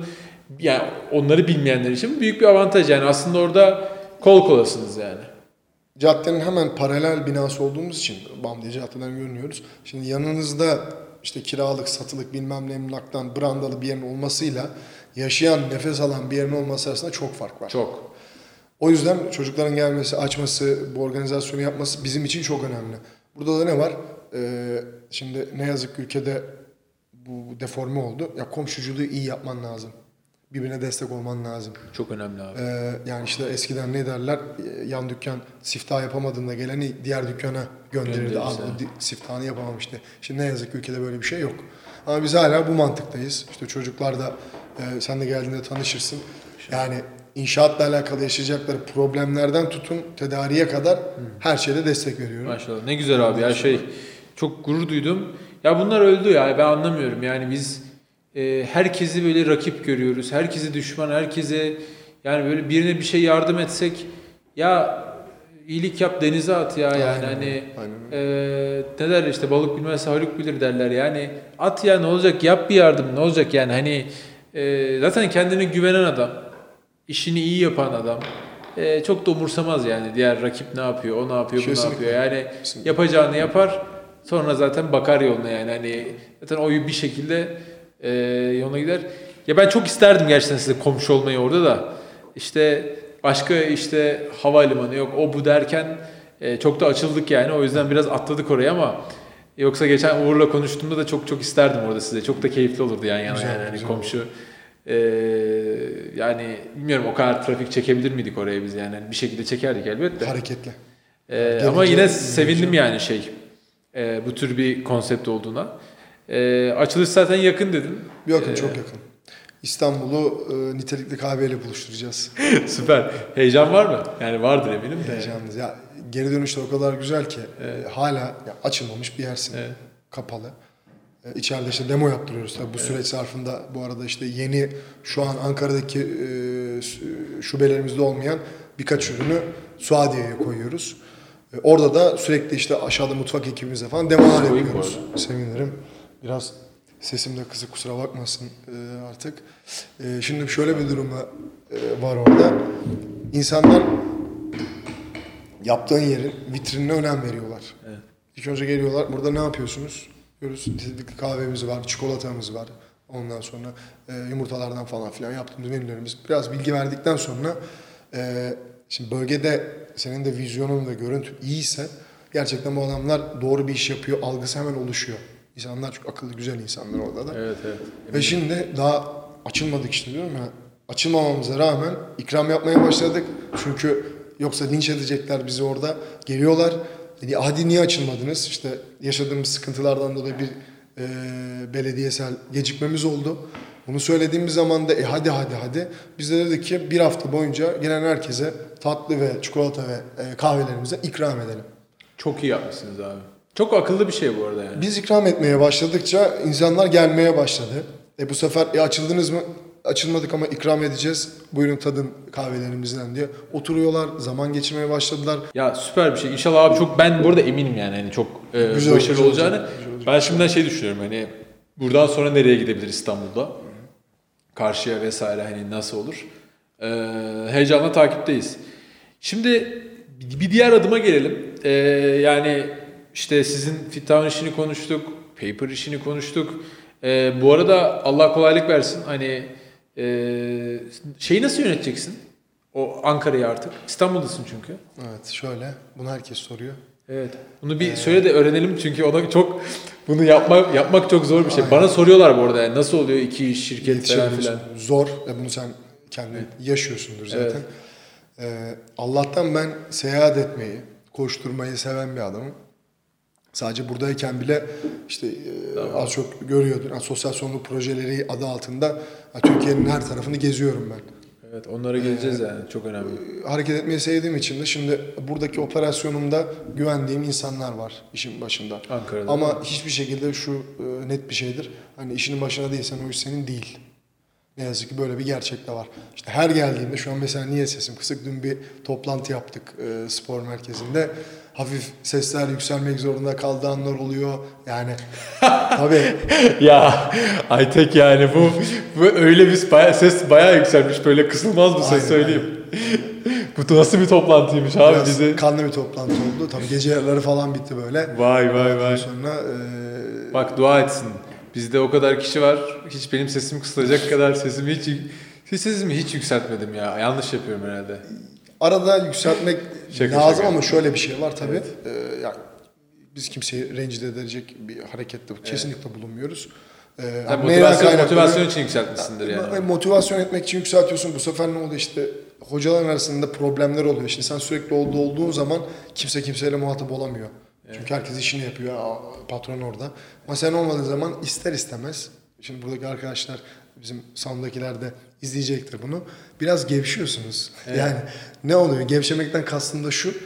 onları bilmeyenler için büyük bir avantaj yani aslında orada kol kolasınız yani. Caddenin hemen paralel binası olduğumuz için bam diye caddeden görünüyoruz. Şimdi yanınızda işte kiralık, satılık bilmem ne emlaktan brandalı bir yerin olmasıyla yaşayan, nefes alan bir yerin olması arasında çok fark var. Çok. O yüzden çocukların gelmesi, açması, bu organizasyonu yapması bizim için çok önemli. Burada da ne var? Şimdi ne yazık ki ülkede bu deforme oldu. Ya komşuculuğu iyi yapman lazım. Birbirine destek olman lazım. Çok önemli abi. Yani işte eskiden ne derler? Yan dükkan siftah yapamadığında geleni diğer dükkana gönderirdi. Abi bu siftahını yapamamıştı. Şimdi ne yazık ki ülkede böyle bir şey yok. Ama biz hala bu mantıktayız. İşte çocuklar da sen de geldiğinde tanışırsın. Yani inşaatla alakalı yaşayacakları problemlerden tutun tedariye kadar her şeyde destek veriyorum. Maşallah. Ne güzel abi ya çok gurur duydum. Ya bunlar öldü ya ben anlamıyorum. Yani biz herkesi böyle rakip görüyoruz. Herkesi düşman, herkese yani böyle birine bir şey yardım etsek ya iyilik yap denize at ya yani hani ne derler işte balık bilmezse haluk bilir derler yani at ya ne olacak yap bir yardım ne olacak yani hani zaten kendine güvenen adam, işini iyi yapan adam çok da umursamaz yani. Diğer rakip ne yapıyor, o ne yapıyor, bu ne Kesinlikle. yapıyor. Yani Kesinlikle. yapacağını yapar. Sonra zaten bakar yoluna yani. Hani zaten o bir şekilde yoluna gider. Ya ben çok isterdim gerçekten size komşu olmayı orada da. İşte başka işte havalimanı yok o bu derken çok da açıldık yani. O yüzden biraz atladık oraya ama yoksa geçen Uğur'la konuştuğumda da çok isterdim orada size. Çok da keyifli olurdu yan yana Güzel, yani. Hani güzel komşu yani bilmiyorum o kadar trafik çekebilir miydik oraya biz yani. Bir şekilde çekerdik elbette. Hareketli. Ama yine Gelince- sevindim yani bu tür bir konsept olduğuna. Açılış zaten yakın dedin. Yakın, çok yakın. İstanbul'u nitelikli kahveyle buluşturacağız. Süper. Heyecan var mı? Yani vardır eminim de. Heyecanlıyız. Ya geri dönüşte o kadar güzel ki hala ya, açılmamış bir yersin. Evet. Kapalı. İçeride işte demo yaptırıyoruz. Tabii bu süreç zarfında bu arada işte yeni şu an Ankara'daki şubelerimizde olmayan birkaç ürünü Suadiye'ye koyuyoruz. Orada da sürekli işte aşağıda mutfak ekibimizle falan demolar Koyayım yapıyoruz. bu Sevinirim. Biraz sesim de kısık, kusura bakmasın artık. Şimdi şöyle bir durum var orada. İnsanlar yaptığın yerin vitrinine önem veriyorlar. Evet. İlk önce geliyorlar. Burada ne yapıyorsunuz? Diyoruz. Nitelikli kahvemiz var, çikolatamız var. Ondan sonra yumurtalardan falan filan yaptığımız menülerimiz. Biraz bilgi verdikten sonra şimdi bölgede senin de vizyonun ve görüntün iyiyse gerçekten bu adamlar doğru bir iş yapıyor. Algısı hemen oluşuyor. İnsanlar çok akıllı, güzel insanlar orada da. Evet. Ve şimdi daha açılmadık işte diyorum ya. Açılmamamıza rağmen ikram yapmaya başladık. Çünkü yoksa linç edecekler bizi orada. Geliyorlar. Hadi niye açılmadınız? İşte yaşadığımız sıkıntılardan dolayı bir belediyesel gecikmemiz oldu. Bunu söylediğimiz zaman da hadi. Biz de dedik ki bir hafta boyunca gelen herkese tatlı ve çikolata ve kahvelerimize ikram edelim. Çok iyi yapmışsınız abi. Çok akıllı bir şey bu arada yani. Biz ikram etmeye başladıkça insanlar gelmeye başladı. Bu sefer açıldınız mı? Açılmadık ama ikram edeceğiz. Buyurun tadın kahvelerimizden diye. Oturuyorlar, zaman geçirmeye başladılar. Ya süper bir şey. İnşallah abi ben burada eminim yani hani çok Güzel başarılı olacağını. güzel olacak. Ben şimdiden düşünüyorum hani buradan sonra nereye gidebilir İstanbul'da? Karşıya vesaire hani nasıl olur? Heyecanla takipteyiz. Şimdi bir diğer adıma gelelim. Yani işte sizin Fittown işini konuştuk, Paper işini konuştuk. Bu arada Allah kolaylık versin. Hani şeyi nasıl yöneteceksin? O Ankara'yı artık. İstanbul'dasın çünkü. Evet, şöyle. Bunu herkes soruyor. Evet. Bunu bir söyle de öğrenelim çünkü bunu yapmak çok zor bir şey. Aynen. Bana soruyorlar bu arada yani nasıl oluyor iki iş şirket falan Yetişemiyorsun. filan. Zor. Bunu sen kendin yaşıyorsundur zaten. Allah'tan ben seyahat etmeyi, koşturmayı seven bir adamım. Sadece buradayken bile işte az çok görüyordun. Sosyal sorumluluk projeleri adı altında Türkiye'nin her tarafını geziyorum ben. Evet, onlara geleceğiz yani. Çok önemli. Hareket etmeyi sevdiğim için de şimdi buradaki operasyonumda güvendiğim insanlar var işin başında. Ankara'da. Ama hiçbir şekilde şu net bir şeydir. Hani işinin başına değilsen o iş senin değil. Ne yazık ki böyle bir gerçek de var. İşte her geldiğimde şu an mesela niye sesim kısık? Dün bir toplantı yaptık spor merkezinde. Hafif sesler yükselmek zorunda kaldığı anlar oluyor. Yani tabii. Ya Aytek yani bu öyle bir ses bayağı yükselmiş. Böyle kısılmaz bu ses Aynen, söyleyeyim. Bu nasıl bir toplantıymış abi Biraz bize. kanlı bir toplantı oldu. Tabii gece yarıları falan bitti böyle. Vay. Ondan sonra Bak dua etsin. Bizde o kadar kişi var. Hiç benim sesim kısılacak kadar sesimi hiç yükseltmedim ya. Yanlış yapıyorum herhalde. arada yükseltmek Şaka, lazım şaka. ama şöyle bir şey var tabii. Evet. Yani biz kimseyi rencide edecek bir harekette kesinlikle bulunmuyoruz. Tabii neyden kaynaklanıyor? motivasyon için yükseltmişsindir yani. Motivasyon etmek için yükseltiyorsun. Bu sefer ne oldu işte hocaların arasında problemler oluyor. Şimdi sen sürekli olduğun zaman kimse kimseyle muhatap olamıyor. Evet. Çünkü herkes işini yapıyor. Patron orada. Ama sen olmadığın zaman ister istemez. Şimdi buradaki arkadaşlar bizim salondakiler de izleyecektir bunu. Biraz gevşiyorsunuz. Evet. Yani ne oluyor? Gevşemekten kastım da şu.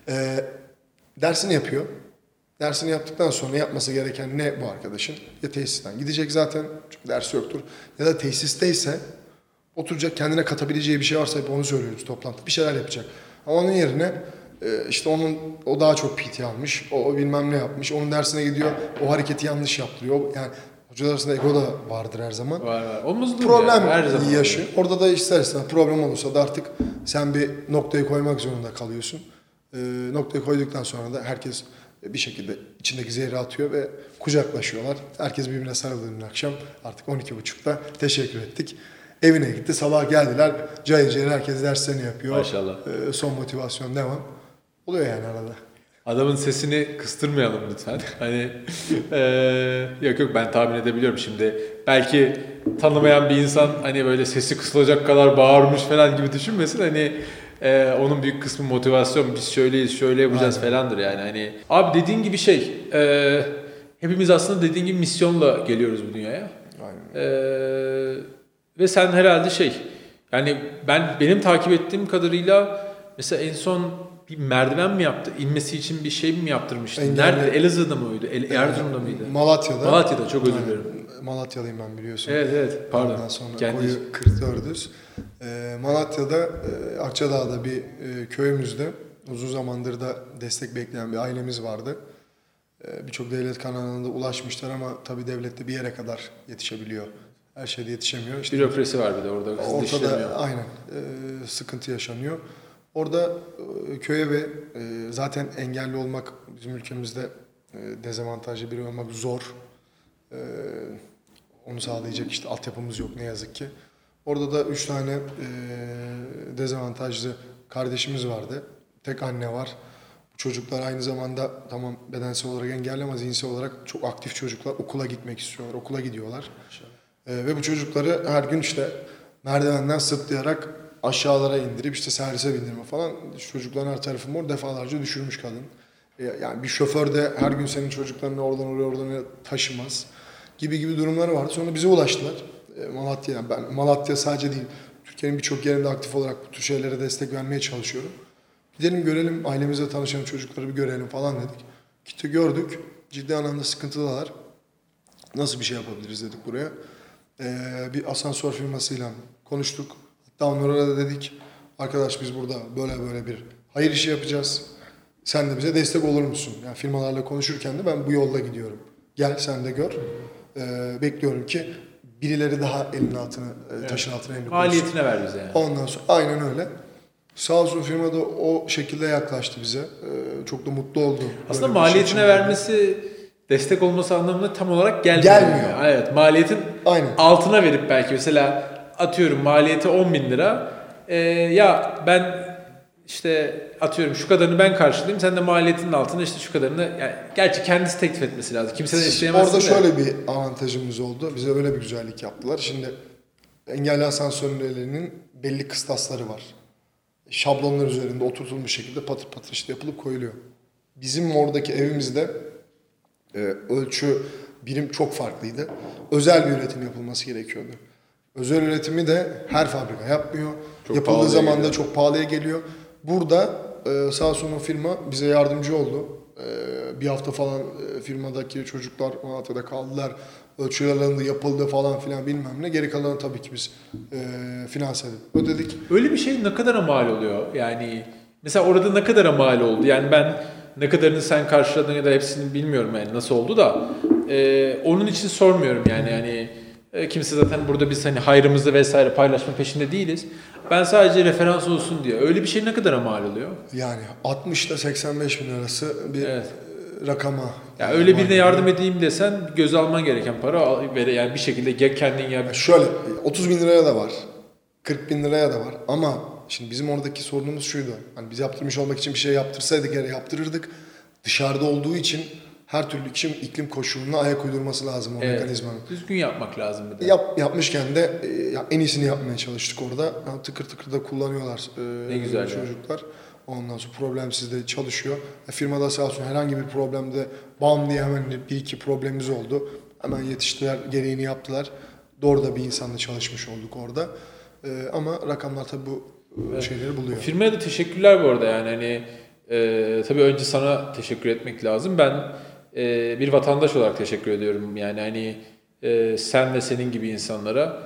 Dersini yapıyor. Dersini yaptıktan sonra yapması gereken ne bu arkadaşın? Ya tesisten gidecek zaten çünkü dersi yoktur. Ya da tesisteyse oturacak kendine katabileceği bir şey varsa hep onu söylüyoruz toplantıda. Bir şeyler yapacak. Ama onun yerine işte o daha çok PT almış. O bilmem ne yapmış. Onun dersine gidiyor. O hareketi yanlış yaptırıyor. Yani hocalar arasında ego da vardır her zaman. Var. Omuzlu Problem her zaman. yaşıyor. Orada da ister istemez problem olursa da artık sen bir noktayı koymak zorunda kalıyorsun. Noktayı koyduktan sonra da herkes bir şekilde içindeki zehri atıyor ve kucaklaşıyorlar. Herkes birbirine sarıldı dün akşam. Artık 12.30'da teşekkür ettik. Evine gitti. Sabah geldiler. Cayır cayır herkes derslerini yapıyor. Maşallah. Son motivasyon devam. Oluyor yani arada. Adamın sesini kıstırmayalım lütfen. Hani yok ben tahmin edebiliyorum şimdi. Belki tanımayan bir insan hani böyle sesi kısılacak kadar bağırmış falan gibi düşünmesin. Hani onun büyük kısmı motivasyon. Biz şöyleyiz, şöyle yapacağız falandır yani. Hani abi dediğin gibi hepimiz aslında dediğin gibi misyonla geliyoruz bu dünyaya. Aynen. Ve sen herhalde yani benim takip ettiğim kadarıyla mesela en son bir merdiven mi yaptı? İnmesi için bir şey mi yaptırmıştı? Nerede? Elazığ'da mıydı? Erzurum'da mıydı? Malatya'da. Malatya'da, çok özür dilerim. Malatyalıyım ben, biliyorsun. Evet, pardon. Ondan sonra Kendi koyu 44'üz. Malatya'da Akçadağ'da bir köyümüzde uzun zamandır da destek bekleyen bir ailemiz vardı. Birçok devlet kanalında ulaşmışlar ama tabii devlette bir yere kadar yetişebiliyor. Her şeyde yetişemiyor. İşte bürokrasi var bir de orada. ortada aynen sıkıntı yaşanıyor. Orada köye ve zaten engelli olmak bizim ülkemizde dezavantajlı biri olmak zor. Onu sağlayacak işte altyapımız yok ne yazık ki. Orada da 3 tane dezavantajlı kardeşimiz vardı. Tek anne var. Bu çocuklar aynı zamanda tamam bedensel olarak engelli ama zihinsel olarak çok aktif çocuklar. Okula gitmek istiyorlar, okula gidiyorlar. Ve bu çocukları her gün işte merdivenden sırtlayarak aşağılara indirip işte servise bindirme falan. Çocukların her tarafı mor, defalarca düşürmüş kadın. Yani bir şoför de her gün senin çocuklarını oradan oraya taşımaz gibi durumları vardı. Sonra bize ulaştılar. Malatya sadece değil, Türkiye'nin birçok yerinde aktif olarak bu tür şeylere destek vermeye çalışıyorum. Gidelim görelim, ailemizle tanışan çocukları bir görelim falan dedik. Gitti gördük, ciddi anlamda sıkıntıdalar. Nasıl bir şey yapabiliriz dedik buraya. Bir asansör firmasıyla konuştuk. Hatta onlara da dedik, arkadaş biz burada böyle bir hayır işi yapacağız. Sen de bize destek olur musun? Yani firmalarla konuşurken de ben bu yolda gidiyorum. Gel sen de gör. Bekliyorum ki birileri daha elinin altını, taşın altına elini koysun. Maliyetine ver bize yani. Ondan sonra aynen öyle. Sağ olsun firma da o şekilde yaklaştı bize. Çok da mutlu oldu. Aslında Böyle bir şey maliyetine için. vermesi destek olması anlamında tam olarak Gelmiyor. Evet, maliyetin Aynen. altına verip belki mesela atıyorum maliyeti 10.000 lira. Ya ben işte atıyorum şu kadarını ben karşılayayım, sen de maliyetinin altına işte şu kadarını, yani gerçi kendisi teklif etmesi lazım. Kimseden isteyemezsin. Orada şöyle bir avantajımız oldu. Bize öyle bir güzellik yaptılar. Şimdi engelli asansörlerinin belli kıstasları var. Şablonlar üzerinde oturtulmuş şekilde patır patır işte yapılıp koyuluyor. Bizim oradaki evimizde ölçü birim çok farklıydı. Özel bir üretim yapılması gerekiyordu. Özel üretimi de her fabrika yapmıyor. Çok Yapıldığı zaman geliyor. da çok pahalıya geliyor. Burada sağ olsun firma bize yardımcı oldu. Bir hafta falan firmadaki çocuklar Malatya'da kaldılar. Ölçüler alındı, yapıldı falan filan bilmem ne. Geri kalanı tabii ki biz finanse edip ödedik. Öyle bir şey ne kadara mal oluyor? Yani mesela orada ne kadara mal oldu? Yani ben ne kadarını sen karşıladın ya da hepsini bilmiyorum yani nasıl oldu da onun için sormuyorum yani kimse zaten burada biz hani hayrımızı vesaire paylaşma peşinde değiliz. Ben sadece referans olsun diye. Öyle bir şey ne kadara mal oluyor? Yani 60 ile 85 bin arası bir rakama. Ya öyle birine yardım edeyim desen göze alman gereken para yani bir şekilde ya kendin ya. Şöyle 30 bin liraya da var. 40 bin liraya da var. Ama şimdi bizim oradaki sorunumuz şuydu. Hani biz yaptırmış olmak için bir şey yaptırsaydık yani yaptırırdık. Dışarıda olduğu için her türlü iklim koşuluna ayak uydurması lazım o mekanizmanın. Düzgün yapmak lazım bir de. Yapmışken de en iyisini yapmaya çalıştık orada. Tıkır tıkır da kullanıyorlar Ne güzel çocuklar. Ondan sonra problemsiz de çalışıyor. Firmada sağ olsun herhangi bir problemde bam diye hemen bir iki problemimiz oldu. Hemen yetiştiler, gereğini yaptılar. Doğru da bir insanla çalışmış olduk orada. Ama rakamlar tabii bu şeyleri buluyor. Firmaya da teşekkürler bu arada yani hani tabii önce sana teşekkür etmek lazım. Ben bir vatandaş olarak teşekkür ediyorum yani hani sen ve senin gibi insanlara.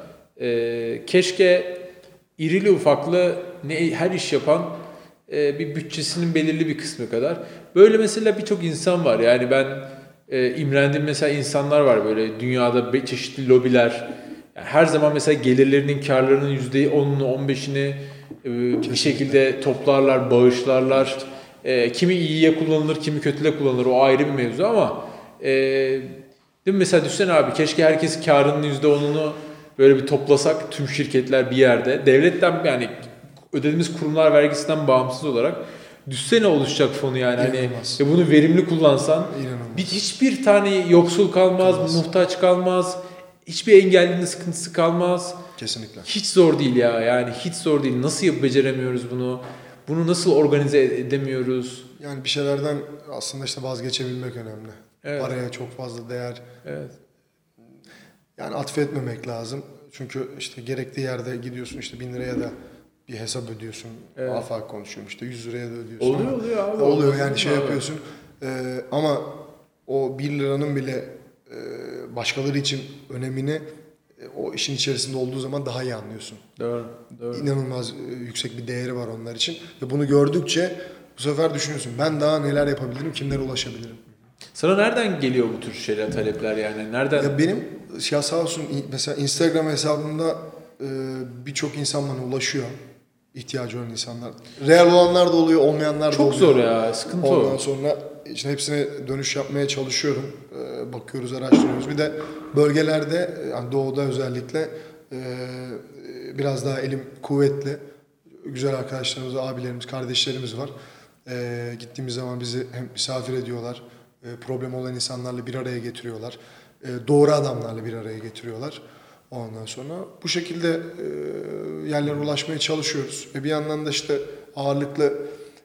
Keşke irili ufaklı her iş yapan bir bütçesinin belirli bir kısmı kadar. Böyle mesela birçok insan var yani ben imrendiğim mesela insanlar var böyle dünyada çeşitli lobiler. Yani her zaman mesela gelirlerinin, karlarının %10'unu, 15'ini bir şekilde toplarlar, bağışlarlar. Kimi iyiye kullanılır, kimi kötüye kullanılır. O ayrı bir mevzu ama değil mi? Mesela düşünsene abi, keşke herkes karının %10'unu böyle bir toplasak, tüm şirketler bir yerde. Devletten, yani ödediğimiz kurumlar vergisinden bağımsız olarak düşsene oluşacak fonu yani. Hani bunu verimli kullansan hiçbir tane yoksul kalmaz, muhtaç kalmaz. Hiçbir engellinin sıkıntısı kalmaz. Kesinlikle. Hiç zor değil ya. Yani hiç zor değil. Nasıl beceremiyoruz bunu? Bunu nasıl organize edemiyoruz? Yani bir şeylerden aslında işte vazgeçebilmek önemli. Evet. Paraya çok fazla değer. Evet. Yani atfetmemek lazım. Çünkü işte gerektiği yerde gidiyorsun, işte 1000 liraya da bir hesap ödüyorsun. Evet. Afak konuşuyorum, işte 100 liraya da ödüyorsun. Oluyor abi. Oluyor yani şey yapıyorsun. Ama o 1 liranın bile başkaları için önemini o işin içerisinde olduğu zaman daha iyi anlıyorsun. Doğru. İnanılmaz yüksek bir değeri var onlar için. Ve bunu gördükçe bu sefer düşünüyorsun, ben daha neler yapabilirim, kimlere ulaşabilirim. Sana nereden geliyor bu tür şeyler, talepler yani? Nereden? Ya benim ya sağ olsun mesela Instagram hesabımda birçok insan bana ulaşıyor. İhtiyacı olan insanlar. Real olanlar da oluyor, olmayanlar da oluyor. Çok zor ya, sıkıntı o. Ondan sonra işte hepsine dönüş yapmaya çalışıyorum. Bakıyoruz, araştırıyoruz. Bir de bölgelerde, yani doğuda özellikle biraz daha elim kuvvetli. Güzel arkadaşlarımız, abilerimiz, kardeşlerimiz var. Gittiğimiz zaman bizi hem misafir ediyorlar, problem olan insanlarla bir araya getiriyorlar. Doğru adamlarla bir araya getiriyorlar. Ondan sonra bu şekilde yerlere ulaşmaya çalışıyoruz. Ve bir yandan da işte ağırlıklı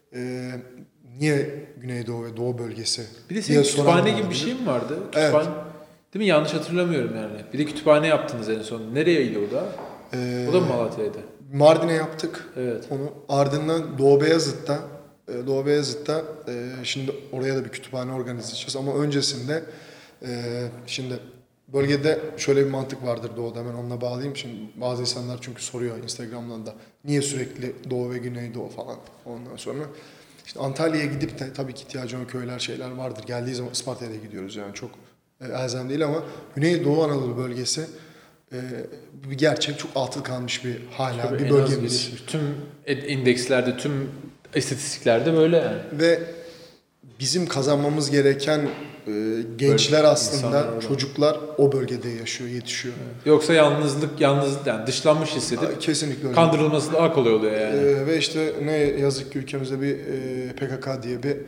niye Güneydoğu ve Doğu bölgesi? Bir de senin kütüphane gibi bir şey mi vardı? Evet. Değil mi? Yanlış hatırlamıyorum yani. Bir de kütüphane yaptınız en son. Nereyeydi o da? O da mı Malatya'ydı? Mardin'e yaptık. Evet. Onu. Ardından Doğu Beyazıt'ta şimdi oraya da bir kütüphane organize edeceğiz. Ama öncesinde şimdi bölgede şöyle bir mantık vardır Doğu'da. Ben onunla bağlayayım. Şimdi bazı insanlar çünkü soruyor Instagram'dan da niye sürekli Doğu ve Güneydoğu falan. Ondan sonra işte Antalya'ya gidip de tabii ki ihtiyacı olan köyler, şeyler vardır. Geldiği zaman Isparta'ya da gidiyoruz yani çok elzem değil ama Güneydoğu Anadolu bölgesi bir gerçek, çok atıl kalmış bir hala Tabii bir bölgemiz. Tüm indekslerde, tüm istatistiklerde böyle yani. Ve bizim kazanmamız gereken gençler aslında, çocuklar o bölgede yaşıyor, yetişiyor. Evet. Yoksa yalnız yani dışlanmış hissedip kesinlikle öyle. Kandırılması daha kolay oluyor yani. Ve işte ne yazık ki ülkemizde bir PKK diye bir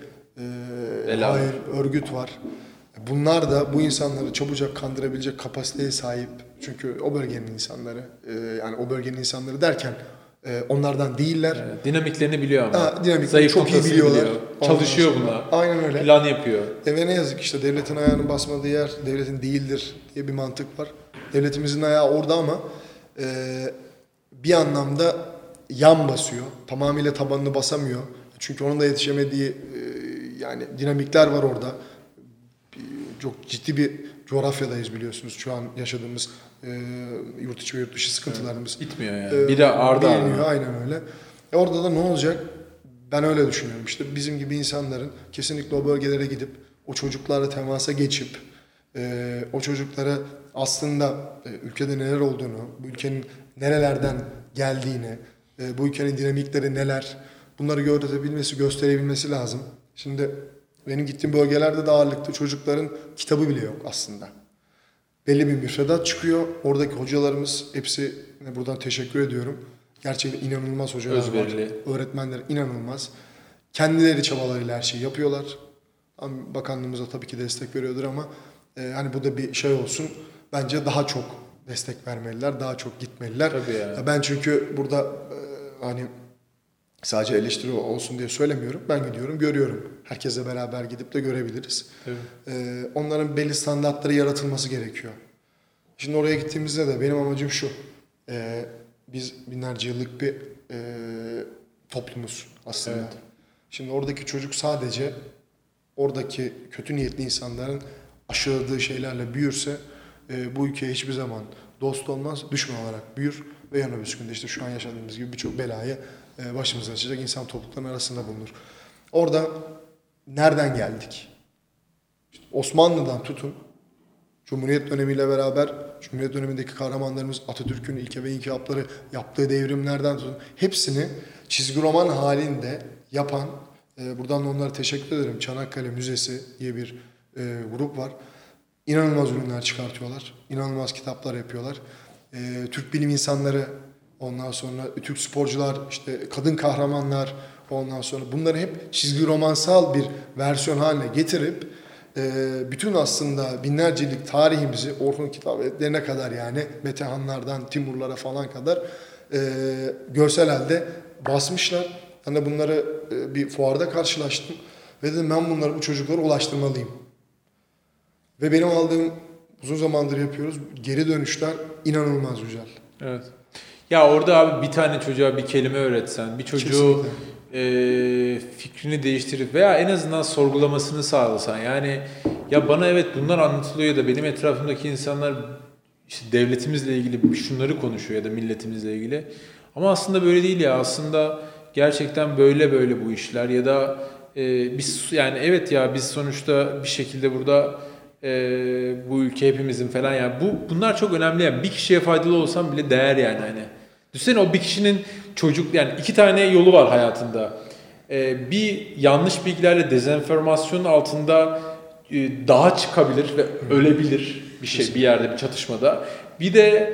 örgüt var. Bunlar da bu insanları çabucak kandırabilecek kapasiteye sahip. Çünkü o bölgenin insanları, yani o bölgenin insanları derken onlardan değiller. Evet, dinamiklerini biliyor ama. Dinamiklerini çok iyi biliyorlar. Çalışıyor bunlar. Aynen öyle. Plan yapıyor. Ve ne yazık işte devletin ayağının basmadığı yer devletin değildir diye bir mantık var. Devletimizin ayağı orada ama bir anlamda yan basıyor. Tamamıyla tabanını basamıyor. Çünkü onun da yetişemediği yani dinamikler var orada. Çok ciddi bir coğrafyadayız biliyorsunuz. Şu an yaşadığımız yurt içi ve yurt dışı sıkıntılarımız. Bitmiyor yani. Bir de ardı ardına. Aynen öyle. Orada da ne olacak? Ben öyle düşünüyorum. İşte bizim gibi insanların kesinlikle o bölgelere gidip o çocuklarla temasa geçip o çocuklara aslında ülkede neler olduğunu, bu ülkenin nerelerden geldiğini, bu ülkenin dinamikleri neler, bunları gösterebilmesi lazım. Şimdi benim gittiğim bölgelerde de ağırlıklı çocukların kitabı bile yok aslında. Belli bir müfredat çıkıyor. Oradaki hocalarımız hepsi buradan teşekkür ediyorum. Gerçekten inanılmaz hocalar özverili var. Öğretmenler inanılmaz. Kendileri çabalarıyla her şeyi yapıyorlar. Bakanlığımız da tabii ki destek veriyordur ama hani bu da bir şey olsun. Bence daha çok destek vermeliler, daha çok gitmeliler. Tabii ya. Ben çünkü burada hani sadece eleştiri olsun diye söylemiyorum. Ben gidiyorum, görüyorum. Herkesle beraber gidip de görebiliriz. Onların belli standartları yaratılması gerekiyor. Şimdi oraya gittiğimizde de benim amacım şu. Biz binlerce yıllık bir toplumuz aslında. Evet. Şimdi oradaki çocuk sadece oradaki kötü niyetli insanların aşıladığı şeylerle büyürse bu ülkeye hiçbir zaman dost olmaz, düşman olarak büyür ve yarın öbür günde işte şu an yaşadığımız gibi birçok belayı başımıza açacak insan topluluklarının arasında bulunur. Orada nereden geldik? İşte Osmanlı'dan tutun, Cumhuriyet dönemiyle beraber Cumhuriyet dönemindeki kahramanlarımız Atatürk'ün ilke ve inkılapları yaptığı devrimlerden tutun hepsini çizgi roman halinde yapan, buradan da onlara teşekkür ederim. Çanakkale Müzesi diye bir grup var. İnanılmaz ürünler çıkartıyorlar. İnanılmaz kitaplar yapıyorlar. Türk bilim insanları, ondan sonra Türk sporcular, işte kadın kahramanlar, ondan sonra bunları hep çizgi romansal bir versiyon haline getirip bütün aslında binlercelik tarihimizi Orhun Kitabetleri'ne kadar, yani Metehanlardan Timurlara falan kadar görsel halde basmışlar. Ben de bunları bir fuarda karşılaştım ve dedim ben bunları bu çocuklara ulaştırmalıyım. Ve benim aldığım, uzun zamandır yapıyoruz, geri dönüşler inanılmaz güzel. Evet. Ya orada abi bir tane çocuğa bir kelime öğretsen, bir çocuğu fikrini değiştirip veya en azından sorgulamasını sağlasan. Yani ya bana evet bunlar anlatılıyor da benim etrafımdaki insanlar işte devletimizle ilgili şunları konuşuyor ya da milletimizle ilgili. Ama aslında böyle değil ya. Aslında gerçekten böyle bu işler ya da biz yani evet ya biz sonuçta bir şekilde burada bu ülke hepimizin falan yani bunlar çok önemli yani bir kişiye faydalı olsam bile değer yani hani. Düşünsene o bir kişinin çocuk yani 2 tane yolu var hayatında. Bir yanlış bilgilerle dezenformasyonun altında daha çıkabilir ve ölebilir bir yerde bir çatışmada. Bir de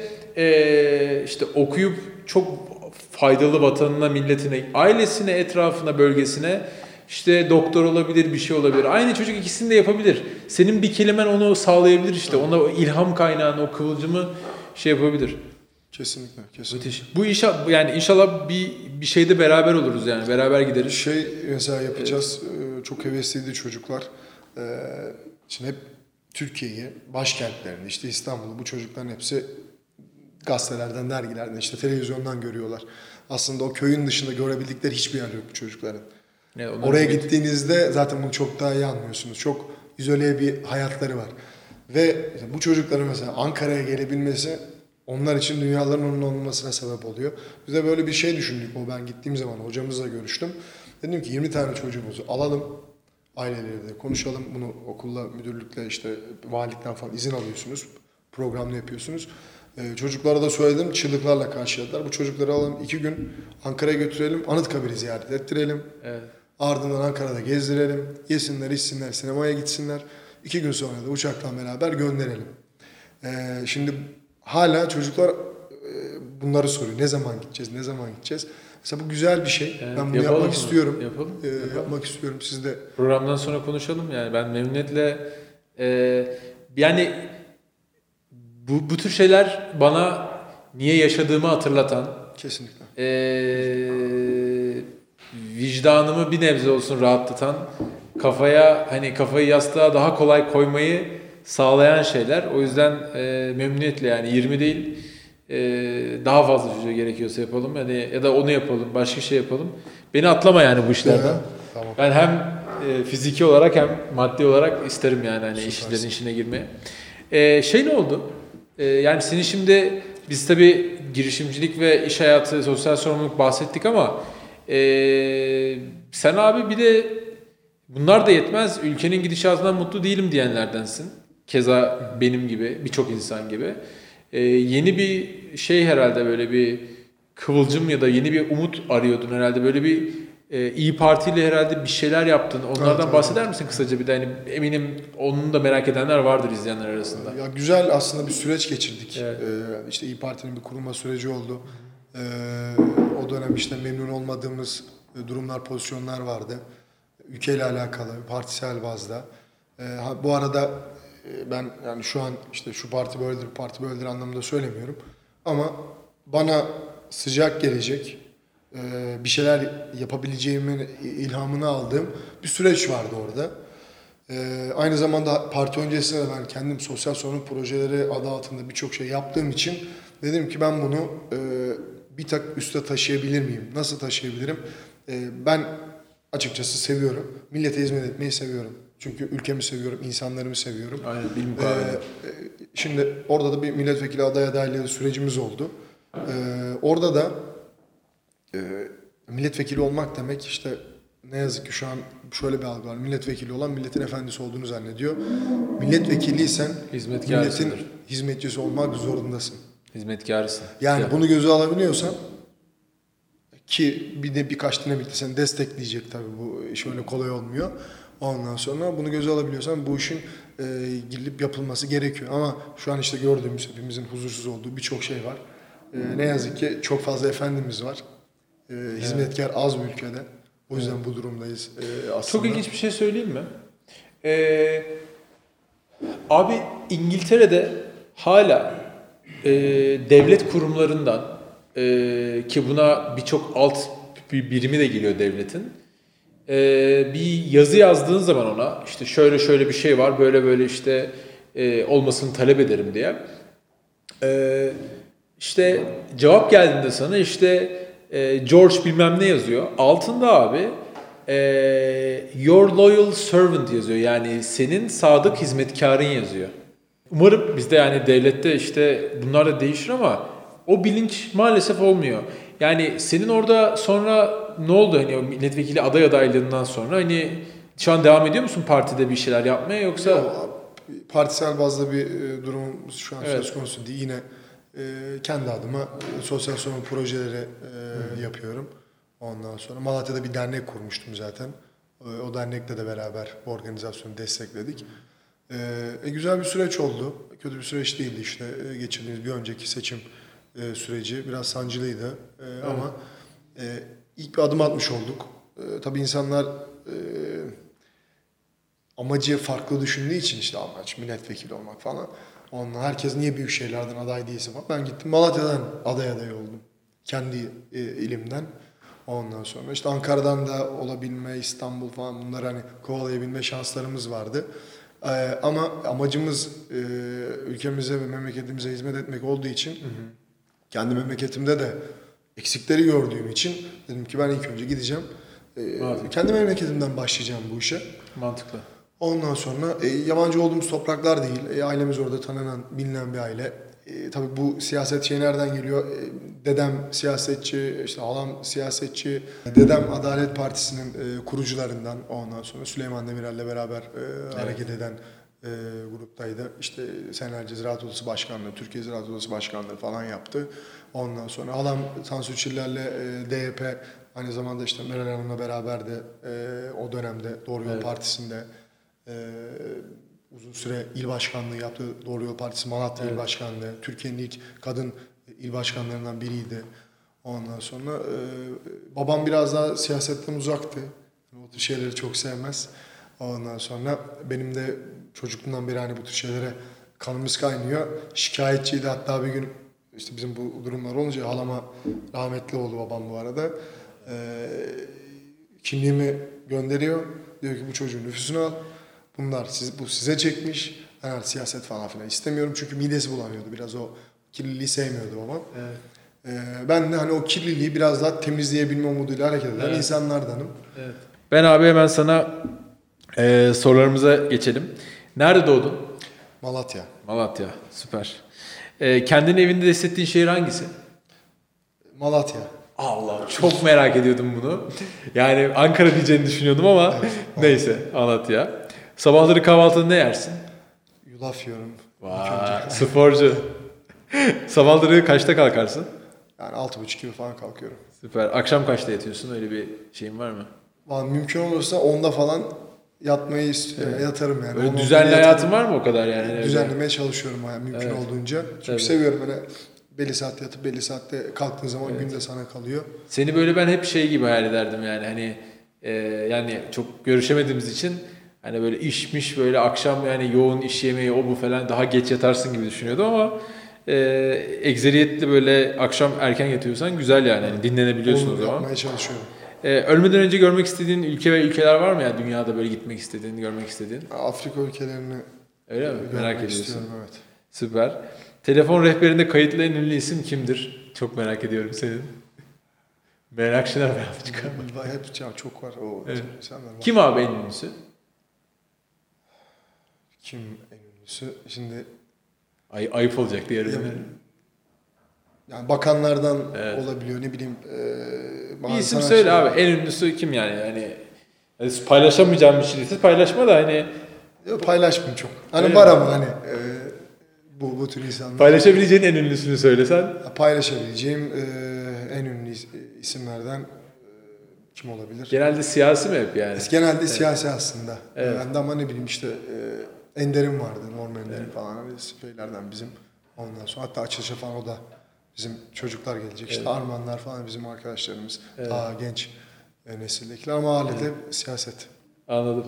işte okuyup çok faydalı vatanına, milletine, ailesine, etrafına, bölgesine işte doktor olabilir, bir şey olabilir. Aynı çocuk ikisini de yapabilir. Senin bir kelimen onu sağlayabilir işte. Ona o ilham kaynağını, o kıvılcımı şey yapabilir. Kesinlikle. Bu iş yani inşallah bir şeyde beraber oluruz yani. Beraber gideriz. Mesela yapacağız. Çok hevesliydi çocuklar. Şimdi hep Türkiye'yi, başkentlerini, işte İstanbul'u bu çocukların hepsi gazetelerden, dergilerden, işte televizyondan görüyorlar. Aslında o köyün dışında görebildikleri hiçbir yer yok bu çocukların. Oraya gittiğinizde zaten bunu çok daha iyi anlıyorsunuz. Çok izole bir hayatları var. Ve bu çocukların mesela Ankara'ya gelebilmesi onlar için dünyaların onun olmasına sebep oluyor. Biz de böyle bir şey düşündük. Ben gittiğim zaman hocamızla görüştüm. Dedim ki 20 tane çocuğumuzu alalım. Aileleriyle konuşalım. Bunu okulla, müdürlükle, işte valilikten falan izin alıyorsunuz. Programlı yapıyorsunuz. Çocuklara da söyledim. Çığlıklarla karşıladılar. Bu çocukları alalım. 2 gün Ankara'ya götürelim. Anıtkabir'i ziyaret ettirelim. Evet. Ardından Ankara'da gezdirelim. Yesinler, içsinler, sinemaya gitsinler. 2 gün sonra da uçaktan beraber gönderelim. Şimdi hala çocuklar bunları soruyor. Ne zaman gideceğiz? Ne zaman gideceğiz? Mesela bu güzel bir şey. Evet, ben bunu yapmak istiyorum. Yapalım. Yapmak istiyorum. Siz de. Programdan sonra konuşalım yani. Ben memnuniyetle yani bu tür şeyler bana niye yaşadığımı hatırlatan. Kesinlikle. Vicdanımı bir nebze olsun rahatlatan, kafayı yastığa daha kolay koymayı sağlayan şeyler. O yüzden memnuniyetle yani 20 değil daha fazla çocuğa gerekiyorsa yapalım. Yani ya da onu yapalım, başka şey yapalım. Beni atlama yani bu işlerden. Evet, tamam. Ben hem fiziki olarak hem maddi olarak isterim yani hani işlerin işine girmeye. Ne oldu? Yani senin şimdi biz tabii girişimcilik ve iş hayatı, sosyal sorumluluk bahsettik ama sen abi bir de bunlar da yetmez. Ülkenin gidişatından mutlu değilim diyenlerdensin. Keza benim gibi, birçok insan gibi. Yeni bir şey herhalde böyle bir kıvılcım ya da yeni bir umut arıyordun herhalde. Böyle bir İYİ Parti ile herhalde bir şeyler yaptın. Onlardan evet, bahseder misin kısaca bir de? Hani eminim onun da merak edenler vardır izleyenler arasında. Ya güzel aslında bir süreç geçirdik. Evet. İşte İYİ Parti'nin bir kurulma süreci oldu. O dönem işte memnun olmadığımız durumlar, pozisyonlar vardı. Ülkeyle alakalı, partisel bazda. Bu arada ben yani şu an işte şu parti böyledir, bu parti böyledir anlamında söylemiyorum. Ama bana sıcak gelecek, bir şeyler yapabileceğimin ilhamını aldığım bir süreç vardı orada. Aynı zamanda parti öncesinde de ben kendim sosyal sorumluluk projeleri adı altında birçok şey yaptığım için dedim ki ben bunu bir tak üste taşıyabilir miyim? Nasıl taşıyabilirim? Ben açıkçası seviyorum. Millete hizmet etmeyi seviyorum. Çünkü ülkemi seviyorum, insanlarımı seviyorum. Aynen, bilmukabele. Şimdi orada da bir milletvekili adaylığı sürecimiz oldu. Orada da milletvekili olmak demek işte ne yazık ki şu an şöyle bir algı var. Milletvekili olan milletin efendisi olduğunu zannediyor. Milletvekiliysen milletin hizmetçisi olmak zorundasın. Hizmetkarısın. Yani bunu göze alabiliyorsan ki birkaç dinamikte seni destekleyecek tabii, bu iş öyle kolay olmuyor. Ondan sonra bunu göze alabiliyorsan bu işin girilip yapılması gerekiyor. Ama şu an işte gördüğümüz, hepimizin huzursuz olduğu birçok şey var. Ne yazık ki çok fazla efendimiz var. Hizmetkar az bir ülkede. O yüzden bu durumdayız aslında. Çok ilginç bir şey söyleyeyim mi? Abi İngiltere'de hala devlet kurumlarından ki buna birçok alt bir birimi de geliyor devletin. Bir yazı yazdığın zaman ona işte şöyle şöyle bir şey var, böyle böyle işte olmasını talep ederim diye. İşte cevap geldiğinde sana işte George bilmem ne yazıyor. Altında abi your loyal servant yazıyor. Yani senin sadık hizmetkarın yazıyor. Umarım bizde yani devlette işte bunlar da değişir ama o bilinç maalesef olmuyor. Yani senin orada sonra ne oldu hani o milletvekili adaylığından sonra hani şu an devam ediyor musun partide bir şeyler yapmaya yoksa? Yok, partisel bazda bir durumumuz şu an Evet. söz konusu değil. Yine kendi adıma sosyal sorumlu projeleri yapıyorum. Ondan sonra Malatya'da bir dernek kurmuştum zaten. O dernekle de beraber bu organizasyonu destekledik. Güzel bir süreç oldu. Kötü bir süreç değildi işte. Geçirdiğimiz bir önceki seçim süreci biraz sancılıydı. Ama ilk bir adım atmış olduk. Tabii insanlar amacı farklı düşündüğü için işte amaç milletvekili olmak falan. Onunla herkes niye büyük şehirlerden aday değilse falan. Ben gittim Malatya'dan aday oldum. Kendi ilimden. Ondan sonra işte Ankara'dan da olabilme, İstanbul falan bunları hani kovalayabilme şanslarımız vardı. Ama amacımız ülkemize ve memleketimize hizmet etmek olduğu için kendi memleketimde de eksikleri gördüğüm için dedim ki ben ilk önce gideceğim. Kendi memleketimden başlayacağım bu işe. Mantıklı. Ondan sonra yabancı olduğumuz topraklar değil. Ailemiz orada tanınan, bilinen bir aile. Tabii bu siyaset şey nereden geliyor? Dedem siyasetçi, işte halam siyasetçi. Dedem Adalet Partisi'nin kurucularından. Ondan sonra Süleyman Demirel'le beraber hareket eden gruptaydı. İşte senelerce Ziraat Odası Başkanlığı, Türkiye Ziraat Odası Başkanlığı falan yaptı. Ondan sonra halam Tansu Çiller'le DYP, aynı zamanda işte Meral Hanım'la beraber de o dönemde Doğru Yol Partisi'nde uzun süre il başkanlığı yaptı. Doğru Yol Partisi Malatya İl Başkanlığı. Türkiye'nin ilk kadın il başkanlarından biriydi. Ondan sonra babam biraz daha siyasetten uzaktı. O tür şeyleri çok sevmez. Ondan sonra benim de çocukluğumdan beri hani bu tür şeylere kanımız kaynıyor. Şikayetçiydi hatta bir gün işte bizim bu durumlar olunca halama, rahmetli oldu babam bu arada. Kimliğimi gönderiyor. Diyor ki bu çocuğun nüfusunu al. Bu size çekmiş. Ben artık siyaset falan filan istemiyorum. Çünkü midesi bulanıyordu. Biraz o kirliliği sevmiyordu babam. Evet. Ben de hani o kirliliği biraz daha temizleyebilme umuduyla hareket eden insanlardanım. Evet. Ben abi hemen sana sorularımıza geçelim. Nerede doğdun? Malatya. Malatya. Süper. Kendini evinde de hissettiğin şehir hangisi? Malatya. Allah, çok merak ediyordum bunu. Yani Ankara diyeceğini düşünüyordum ama evet, neyse Malatya. Sabahları kahvaltıda ne yersin? Yulaf yiyorum. Vay, sporcu. Sabahları kaçta kalkarsın? Yani 6.30 gibi falan kalkıyorum. Süper. Akşam kaçta yatıyorsun? Öyle bir şeyin var mı? Vallahi mümkün olursa 10'da falan yatmayı yatarım yani. Böyle düzenli hayatın var mı o kadar yani? Düzenlemeye çalışıyorum yani mümkün olduğunca. Çünkü seviyorum böyle belli saatte yatıp belli saatte kalktığın zaman gün de sana kalıyor. Seni böyle ben hep şey gibi hayal ederdim yani hani yani çok görüşemediğimiz için hani böyle işmiş böyle akşam yani yoğun iş yemeği o bu falan daha geç yatarsın gibi düşünüyordum ama egzeriyetli böyle akşam erken yatıyorsan güzel yani hani dinlenebiliyorsun o zaman. Yapmaya çalışıyorum. Ölmeden önce görmek istediğin ülke ve ülkeler var mı ya dünyada böyle gitmek istediğin, görmek istediğin? Afrika ülkelerini öyle mi? Merak ediyorsun. Istiyorum, evet. Süper. Telefon rehberinde kayıtlı en ünlü isim kimdir? Çok merak ediyorum senin. Merak şeyler var. Hep çok var. Evet. İnsanlar var. Kim abi en ünlüsü? Kim en ünlüsü? Şimdi Ayıp olacak diğer ünlü. Yani bakanlardan olabiliyor ne bileyim. Bir isim söyle abi. En ünlüsü kim yani? Yani Yani paylaşamayacağım bir şeyse paylaşma da hani Yok, paylaşmıyorum çok. Hani Öyle var mi? ama hani bu tür insanlar. paylaşabileceğin en ünlüsünü söylesen. Paylaşabileceğim en ünlü isimlerden kim olabilir? Genelde siyasi mi hep yani? Genelde siyasi aslında. Evet. Ben de ama ne bileyim işte Ender'im vardı. Normal Ender'im falan. Hani şeylerden bizim. Ondan sonra hatta açılışa falan o da bizim çocuklar gelecek. İşte Armanlar falan bizim arkadaşlarımız. Daha genç nesildekiler ama hala de siyaset. Anladım.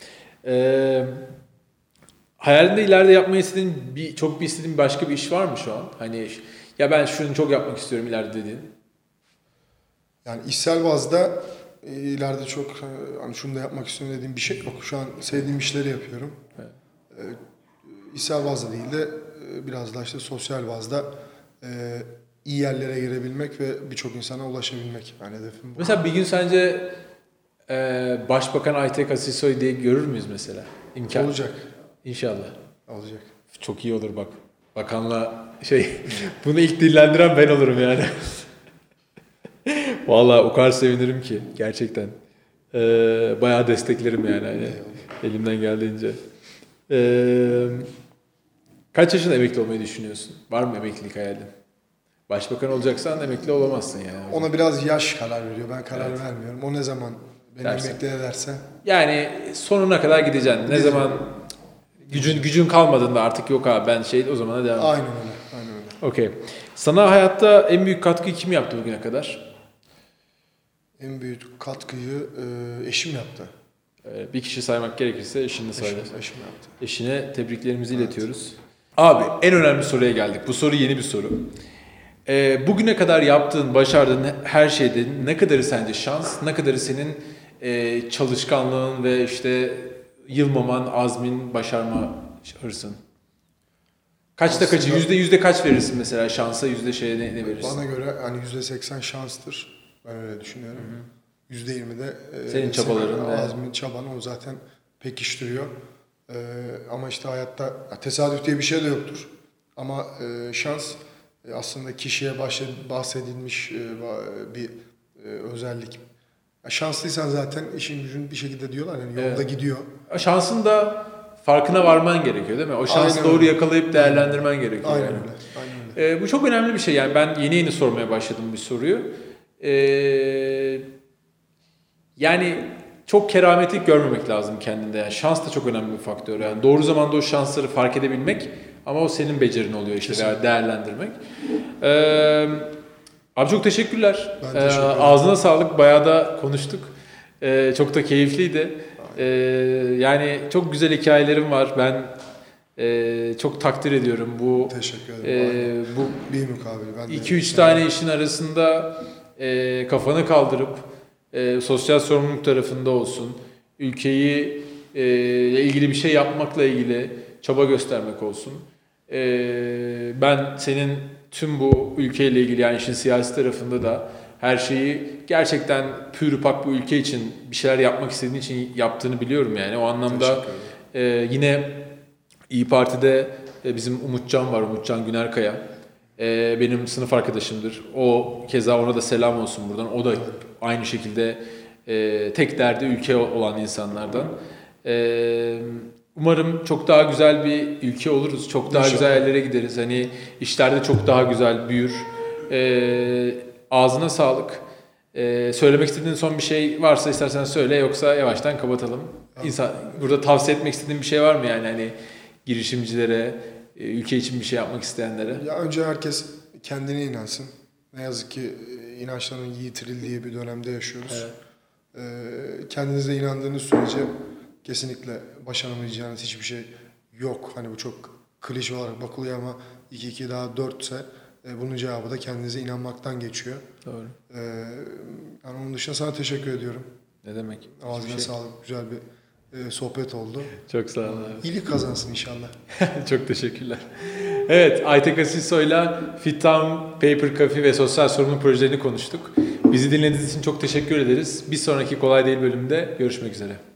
Hayalinde ileride yapmayı istediğin çok istediğin başka bir iş var mı şu an? Hani ya ben şunu çok yapmak istiyorum ileride dediğin. Yani işsel bazda ileride çok hani şunu da yapmak istiyorum dediğim bir şey yok. Şu an sevdiğim işleri yapıyorum. Evet. İşsel bazda değil de biraz da işte sosyal bazda iyi yerlere girebilmek ve birçok insana ulaşabilmek. Yani hedefim bu. Mesela bir gün sence Başbakan Aytek Asisoy diye görür müyüz mesela? İmkan. Olacak. İnşallah. Olacak. Çok iyi olur bak. Bakanla bunu ilk dillendiren ben olurum yani. Vallahi o kadar sevinirim ki gerçekten. Bayağı desteklerim yani hani elimden geldiğince. Kaç yaşında emekli olmayı düşünüyorsun? Var mı emeklilik hayalin? Başbakan olacaksan emekli olamazsın yani. Ona biraz yaş karar veriyor. Ben karar vermiyorum. O ne zaman beni Dersen. emekli ederse. Yani sonuna kadar gideceksin. Ne zaman gücün kalmadığında artık yok abi ben o zamana devam. Aynen öyle. Aynen öyle. Okey. Sana hayatta en büyük katkıyı kim yaptı bugüne kadar? En büyük katkıyı eşim yaptı. Bir kişi saymak gerekirse eşini sayar. Eşim yaptı. Eşine tebriklerimizi iletiyoruz. Abi en önemli soruya geldik. Bu soru yeni bir soru. Bugüne kadar yaptığın, başardığın her şeyde ne kadarı sence şans, ne kadarı senin çalışkanlığın ve işte yılmaman, azmin, başarma hırsın? Kaçta kaçı? Yüzde kaç verirsin mesela şansa, yüzde ne verirsin? Bana göre hani %80 şanstır. Ben öyle düşünüyorum. %20 de Senin çabaların ve- azmin, çaban o zaten pekiştiriyor. Ama işte hayatta tesadüf diye bir şey de yoktur. Ama şans aslında kişiye bahsedilmiş bir özellik. Şanslıysan zaten işin gücün bir şekilde diyorlar yani yolda gidiyor. Şansın da farkına varman gerekiyor değil mi? O şansı Aynen doğru öyle. yakalayıp değerlendirmen gerekiyor. Aynen yani. öyle. Aynen öyle. Bu çok önemli bir şey. Yani ben yeni sormaya başladım bir soruyu. Yani çok kerametlik görmemek lazım kendinde. Yani şans da çok önemli bir faktör. Yani doğru zamanda o şansları fark edebilmek ama o senin becerin oluyor işte veya değerlendirmek. Abi çok teşekkürler. Ben teşekkür ederim. Ağzına sağlık. Bayağı da konuştuk. Çok da keyifliydi. Yani çok güzel hikayelerim var. Ben çok takdir ediyorum. Bu Teşekkür ederim. bu Bir mukabil. Ben de 2-3 tane işin arasında kafanı kaldırıp sosyal sorumluluk tarafında olsun, ülkeyi ile ilgili bir şey yapmakla ilgili çaba göstermek olsun. Ben senin tüm bu ülkeyle ilgili yani işin siyasi tarafında da her şeyi gerçekten pür pak bu ülke için bir şeyler yapmak istediğin için yaptığını biliyorum yani. O anlamda yine İYİ Parti'de bizim Umutcan var, Umutcan Günerkaya. Benim sınıf arkadaşımdır. O keza ona da selam olsun buradan. O da aynı şekilde tek derdi ülke olan insanlardan. Umarım çok daha güzel bir ülke oluruz. Çok daha güzel yerlere gideriz. Hani işlerde çok daha güzel büyür. Ağzına sağlık. Söylemek istediğin son bir şey varsa istersen söyle yoksa yavaştan kapatalım. Burada tavsiye etmek istediğin bir şey var mı yani hani girişimcilere, ülke için bir şey yapmak isteyenlere? Ya önce herkes kendine inansın. Ne yazık ki inançların yitirildiği bir dönemde yaşıyoruz. Evet. Kendinize inandığınız sürece kesinlikle başaramayacağınız hiçbir şey yok. Hani bu çok klişe olarak bakılıyor ama 2-2 daha 4 ise bunun cevabı da kendinize inanmaktan geçiyor. Doğru. Yani onun dışında sana teşekkür ediyorum. Ne demek? Ağzına sağlık. Güzel bir sohbet oldu. Çok sağ olun abi. İyilik kazansın inşallah. Çok teşekkürler. Evet, Aytek Asisoy'la FitTown, Paper Coffee ve sosyal sorumluluk projelerini konuştuk. Bizi dinlediğiniz için çok teşekkür ederiz. Bir sonraki Kolay Değil bölümünde görüşmek üzere.